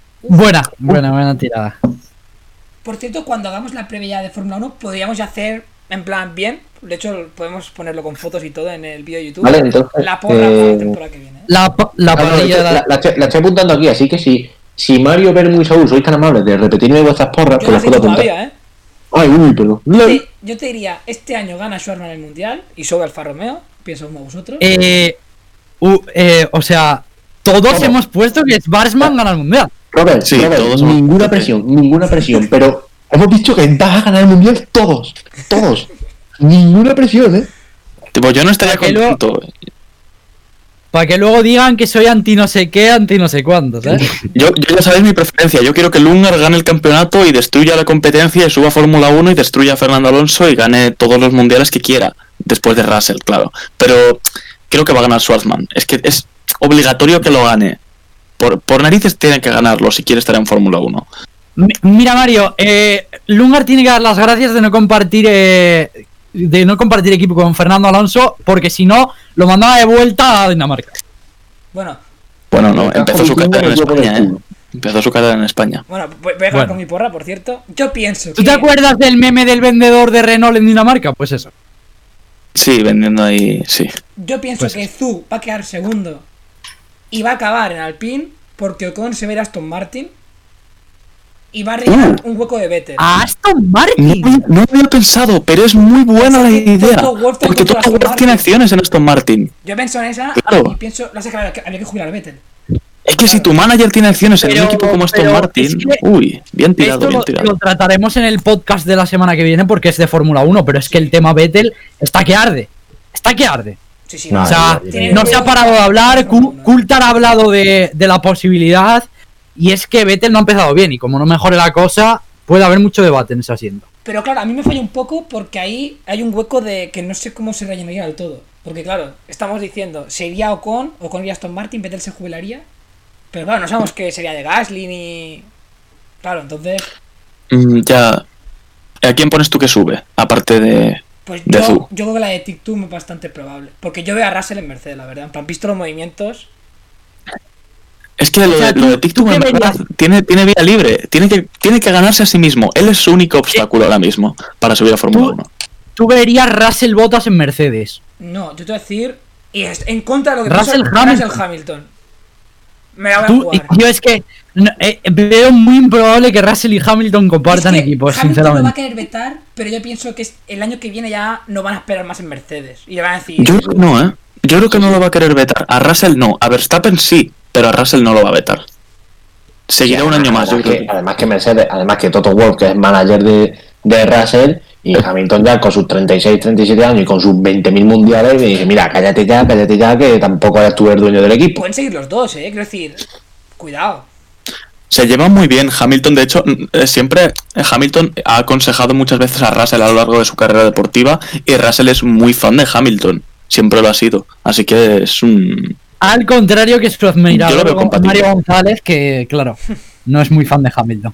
Buena tirada. Por cierto, cuando hagamos la previa de Fórmula 1, podríamos ya hacer en plan bien. De hecho, podemos ponerlo con fotos y todo en el vídeo de YouTube. Vale, entonces, La porra para la temporada que viene. La parrilla de la estoy apuntando aquí, así que si Mario, Bermu y Saúl sois tan amables de repetirme vuestras porras, Yo pues no las sé puedo apuntar. todavía, Ay, uy, perdón. Yo te diría, este año gana Schwarzman el Mundial y sube Alfa Romeo. Pienso como vosotros. o sea, todos hemos puesto que Schwarzman gana el mundial. Robert, Sí, todos somos- ninguna presión, pero hemos dicho que vas a ganar el mundial todos. Ninguna presión, Tipo, yo no estaría Para que luego- contento. Para que luego digan que soy anti no sé qué, anti no sé cuántos, ¿eh? Yo ya sabéis mi preferencia. Yo quiero que Lungar gane el campeonato y destruya la competencia y suba a Fórmula 1 y destruya a Fernando Alonso y gane todos los mundiales que quiera. Después de Russell, claro. Pero creo que va a ganar Schwarzman. Es que es obligatorio que lo gane. por narices tiene que ganarlo si quiere estar en Fórmula 1. Mira, Mario, Lungar tiene que dar las gracias de no compartir equipo con Fernando Alonso, porque si no, lo mandaba de vuelta a Dinamarca. Bueno, No, empezó su carrera en España, Empezó su carrera en España. bueno, voy a acabar con mi porra, por cierto. Yo pienso ¿Tú que... te acuerdas del meme del vendedor de Renault en Dinamarca? Pues eso. Sí, vendiendo ahí, sí. Yo pienso Pues que Zhou va a quedar segundo y va a acabar en Alpine porque Ocon se ve a Aston Martin y va a rellenar un hueco de Vettel. ¡A Aston Martin! No había pensado, pero es muy buena la Es que idea. Toto Wolff Porque compró Toto Aston Wolff tiene Martin. acciones en Aston Martin. Yo pienso en esa Claro. y pienso, no sé, que habría que jubilar a Vettel. Es que si tu manager tiene acciones en un equipo como Aston pero Martin, es que uy, bien tirado, Esto bien lo tirado. trataremos en el podcast de la semana que viene porque es de Fórmula 1, pero es que el tema Vettel está que arde. Está que arde. Sí, sí, No, O sea, tiene no se ha parado de hablar, Coulthard ha hablado de la posibilidad, y es que Vettel no ha empezado bien, y como no mejore la cosa, puede haber mucho debate en ese asiento. Pero claro, a mí me falla un poco porque ahí hay un hueco de que no sé cómo se rellenaría del todo. Porque claro, estamos diciendo, sería Ocon iría Aston Martin, Vettel se jubilaría. Pero claro, no sabemos qué sería de Gasly ni... Claro, entonces... Ya. ¿A quién pones tú que sube? Aparte de. Pues De yo Zhou. creo que la de TikTok es bastante probable. Porque yo veo a Russell en Mercedes, la verdad. En plan, visto los movimientos... Es que O sea, lo de tú TikTok qué en verdad verías. tiene vía libre. Tiene que ganarse a sí mismo. Él es su único obstáculo ahora mismo para subir a Fórmula 1. Tú verías Russell Bottas en Mercedes. No, yo te voy a decir... Y es en contra de lo que Russell puso Hamilton. Russell Hamilton. Me la voy a Tú, jugar. yo es que veo muy improbable que Russell y Hamilton compartan Es que equipos, Hamilton lo va a sinceramente. querer vetar, pero yo pienso que el año que viene ya no van a esperar más en Mercedes. Y le van a decir... Yo creo que no, ¿eh? Yo creo que no lo va a querer vetar. A Russell no. A Verstappen sí, pero a Russell no lo va a vetar. Seguirá un año más, yo creo. Además que Mercedes, además que Toto Wolff, que es manager de Russell, y Hamilton ya con sus 36, 37 años y con sus 20.000 mundiales, me dice, mira, cállate ya, que tampoco eres tú el dueño del equipo. Pueden seguir los dos, quiero decir... Cuidado. Se llevan muy bien. Hamilton, de hecho, siempre Hamilton ha aconsejado muchas veces a Russell a lo largo de su carrera deportiva y Russell es muy fan de Hamilton. Siempre lo ha sido. Así que es un... Al contrario que su Yo lo veo admirador compatible. Mario González, que claro, no es muy fan de Hamilton.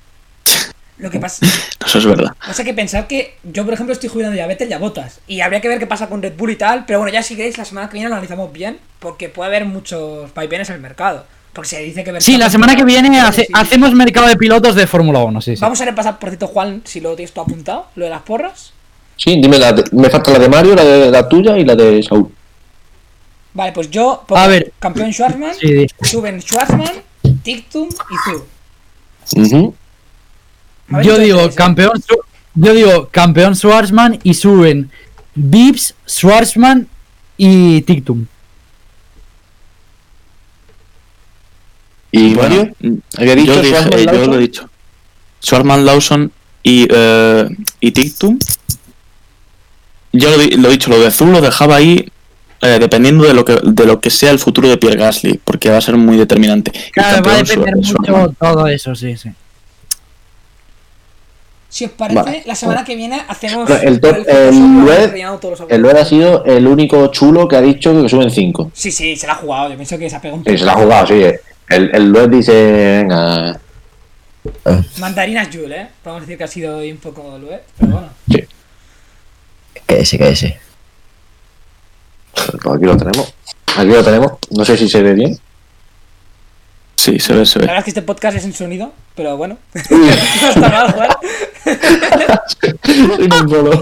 Lo que pasa... Eso es verdad. O sea que pensar que yo, por ejemplo, estoy jubilando ya a Vettel y a Bottas. Y habría que ver qué pasa con Red Bull y tal. Pero bueno, ya si queréis, la semana que viene lo analizamos bien. Porque puede haber muchos vaivenes en el mercado. Porque se dice que... Sí, la semana que viene Sí. hacemos mercado de pilotos de Fórmula 1, sí, sí. Vamos a repasar, por cierto, Juan, si lo tienes tú apuntado, lo de las porras. Sí, dime, me falta la de Mario, la tuya y la de Saúl. Vale, pues yo pongo A ver. campeón Schwarzman, Sí. suben Schwarzman, Tictum y Zhou. Ujú. A ver Yo si digo todos tenéis, campeón Schwarzman y suben Vips, Schwarzman y Tictum. ¿Y Bueno, Mario? ¿Había dicho yo Schwarzman, yo Lawson? lo he dicho. Schwarzman, Lawson y Tictum. Yo lo he dicho, lo de Zul lo dejaba ahí dependiendo de lo que sea el futuro de Pierre Gasly, porque va a ser muy determinante. Y Claro, va a campeón depender Schwarzman. mucho todo eso, sí, sí. Si os parece, Vale. la semana que viene hacemos No, el top- Photoshop, el hemos web- rellenado todos los El Loer ha sido el único chulo que ha dicho que suben 5. Sí, se la ha jugado, yo pienso que se ha pegado un Sí, se la ha jugado, sí. El Loer dice, venga, Mandarinas Jules, podemos decir que ha sido hoy un poco Luet, pero bueno. sí. Cállese. Pues aquí lo tenemos. Aquí lo tenemos. No sé si se ve bien. Sí, se ve. La verdad es que este podcast es en sonido, pero bueno. No está mal, Juan. Soy un solo.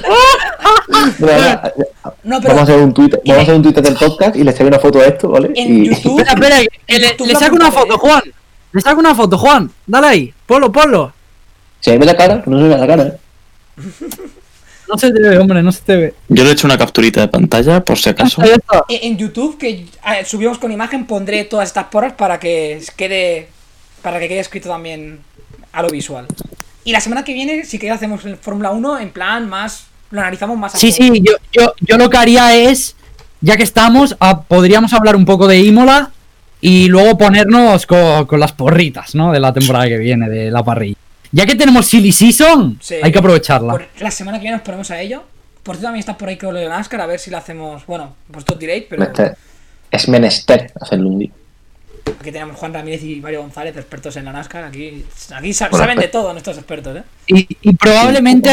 No, Vamos a pero hacer un tweet, vamos a hacer un tweet del podcast y le echaré una foto a esto, ¿vale? en Y YouTube... Espera, que en le YouTube saco lo una apuntaré, foto, Juan. Le saco una foto, Juan. Dale ahí. Ponlo. si ahí ve la cara, que no se ve la cara, ¿eh? No se te ve, hombre, no se te ve. Yo le he hecho una capturita de pantalla, por si acaso. Ahí está. En YouTube, que subimos con imagen, pondré todas estas porras para que quede escrito también a lo visual. Y la semana que viene, si queréis, hacemos el Fórmula 1 en plan más... Lo analizamos más a Sí, fondo. sí, yo lo que haría es, ya que estamos, podríamos hablar un poco de Imola y luego ponernos con las porritas, ¿no? De la temporada que viene, de la parrilla. Ya que tenemos Silly Season, Sí. hay que aprovecharla. La semana que viene nos ponemos a ello. Por cierto, también está por ahí con lo de NASCAR, a ver si lo hacemos... Bueno, vosotros diréis, pero... Es menester hacerlo un día. Aquí tenemos Juan Ramírez y Mario González, expertos en la NASCAR. Aquí saben de todo nuestros expertos, ¿eh? Y probablemente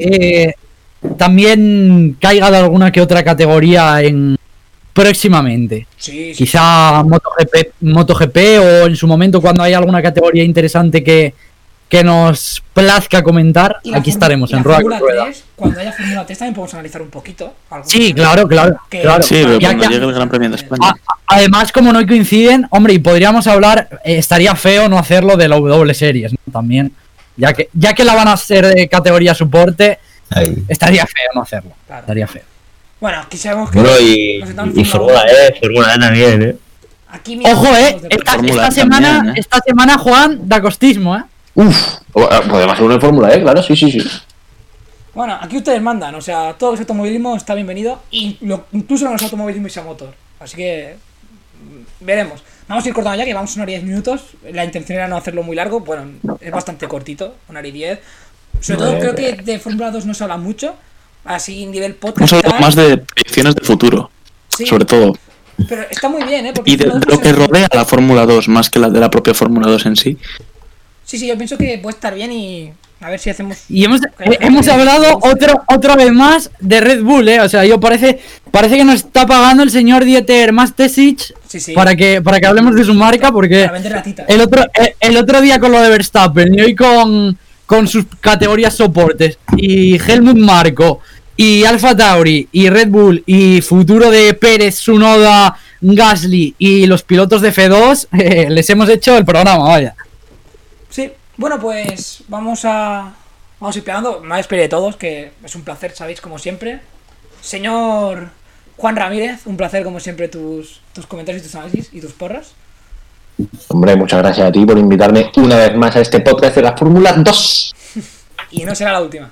también caiga de alguna que otra categoría próximamente. Sí. Quizá MotoGP o en su momento cuando hay alguna categoría interesante que nos plazca comentar, aquí estaremos en Rueda con Rueda. Cuando haya Fórmula 3 también podemos analizar un poquito. Sí, claro. Sí, pero cuando llegue el Gran Premio de España. Además, como no coinciden, hombre, y podríamos hablar, estaría feo no hacerlo de la W Series, ¿no? También, ya que la van a hacer de categoría soporte, estaría feo no hacerlo. Claro. Estaría feo. Bueno, aquí sabemos que... Bueno, y Fórmula E también, ¿eh? Aquí ojo, esta semana, Juan, da costismo, ¿eh? Podemos hacer una Fórmula E, claro, sí. Bueno, aquí ustedes mandan, o sea, todo el automovilismo está bienvenido, incluso en los automovilismo y sea motor. Así que veremos. Vamos a ir cortando ya, que vamos 1 hora y 10 minutos. La intención era no hacerlo muy largo, bueno, es bastante cortito, 1 hora y 10. Sobre todo creo que de Fórmula 2 no se habla mucho, así nivel podcast. Hemos hablado más de proyecciones de futuro, sí, sobre todo. Pero está muy bien, ¿eh? Porque y de lo que rodea la Fórmula 2, más que la de la propia Fórmula 2 en sí. Sí, yo pienso que puede estar bien y a ver si hacemos... Y hemos hablado otra vez más de Red Bull, ¿eh? O sea, parece que nos está pagando el señor Dieter Mateschitz para que hablemos de su marca, porque el otro día con lo de Verstappen y hoy con sus categorías soportes y Helmut Marko y Alfa Tauri y Red Bull y futuro de Pérez, Tsunoda, Gasly y los pilotos de F2, les hemos hecho el programa, vaya. Sí, bueno, pues vamos a ir plegando. Me despido de todos, que es un placer, sabéis, como siempre. Señor Juan Ramírez, un placer, como siempre, tus comentarios y tus análisis y tus porras. Hombre, muchas gracias a ti por invitarme una vez más a este podcast de la Fórmula 2. Y no será la última.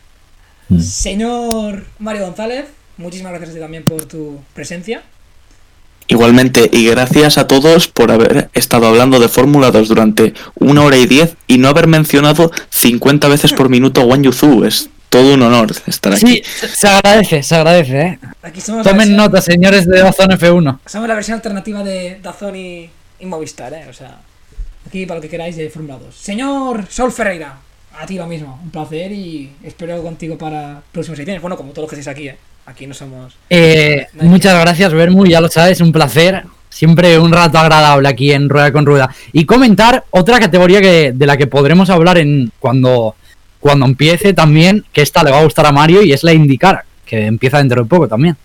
Señor Mario González, muchísimas gracias a ti también por tu presencia. Igualmente, y gracias a todos por haber estado hablando de Fórmula 2 durante 1 hora y 10 y no haber mencionado 50 veces por minuto a Wang Yuzu. Es todo un honor estar aquí. Sí, se agradece, ¿eh? Aquí somos Tomen nota, señores de DAZN F1. Somos la versión alternativa de DAZN y Movistar, ¿eh? O sea, aquí para lo que queráis de Fórmula 2. Señor Saúl Ferreira, a ti lo mismo. Un placer y espero contigo para próximas ediciones. Bueno, como todos los que estáis aquí, ¿eh? Aquí no somos... muchas gracias, Bermu, ya lo sabes, un placer. Siempre un rato agradable aquí en Rueda con Rueda. Y comentar otra categoría de la que podremos hablar cuando empiece también, que esta le va a gustar a Mario, y es la IndyCar, que empieza dentro de poco también.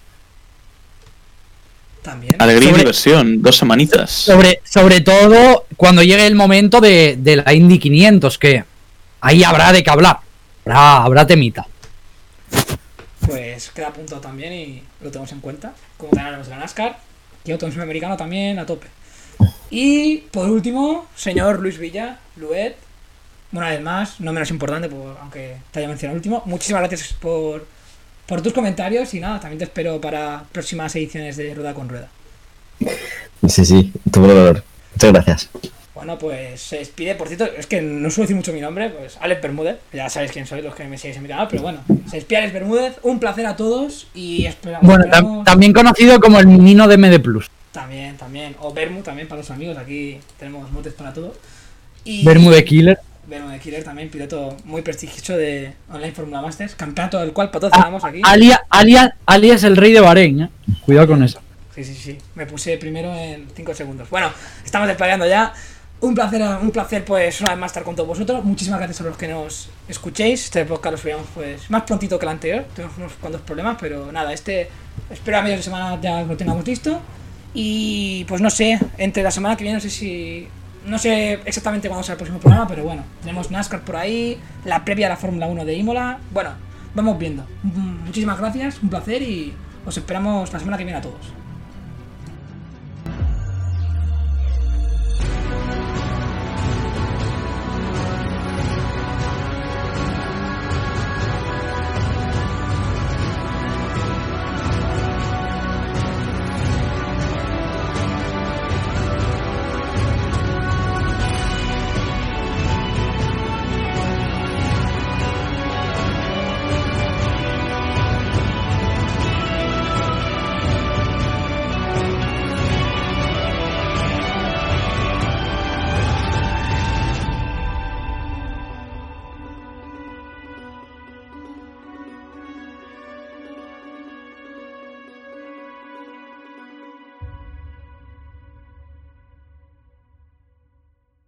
Alegría y diversión, 2 semanitas. Sobre todo cuando llegue el momento de la Indy 500, que ahí habrá de qué hablar. Habrá temita. Pues queda apuntado también y lo tenemos en cuenta. Como también hablamos de la NASCAR y automovilismo americano también a tope. Y por último, señor Luis Villa, Luet, una vez más, no menos importante, aunque te haya mencionado último, muchísimas gracias por tus comentarios y nada, también te espero para próximas ediciones de Rueda con Rueda. Sí, todo un honor. Muchas gracias. Bueno, pues se despide, por cierto, es que no suelo decir mucho mi nombre, pues Alex Bermúdez, ya sabéis quién soy los que me sigáis en mi canal, pero bueno, se despide Alex Bermúdez, un placer a todos y esperamos... Bueno, también conocido como el Nino de MD Plus. También, o Bermu también para los amigos, aquí tenemos motes para todo. Y Bermu de Killer. Bermu de Killer también, piloto muy prestigioso de Online Formula Masters, campeonato del cual patrocinamos aquí. Alias el rey de Bahrein, cuidado con eso. Sí, me puse primero en 5 segundos. Bueno, estamos desplegando ya. Un placer pues una vez más estar con todos vosotros. Muchísimas gracias a los que nos escuchéis. Este podcast lo subíamos pues más prontito que el anterior. Tenemos unos cuantos problemas, pero nada, espero a mediados de semana ya lo tengamos listo. Y pues no sé, entre la semana que viene no sé exactamente cuándo será el próximo programa, pero bueno, tenemos NASCAR por ahí, la previa de la Fórmula 1 de Imola. Bueno, vamos viendo. Muchísimas gracias, un placer y os esperamos la semana que viene a todos.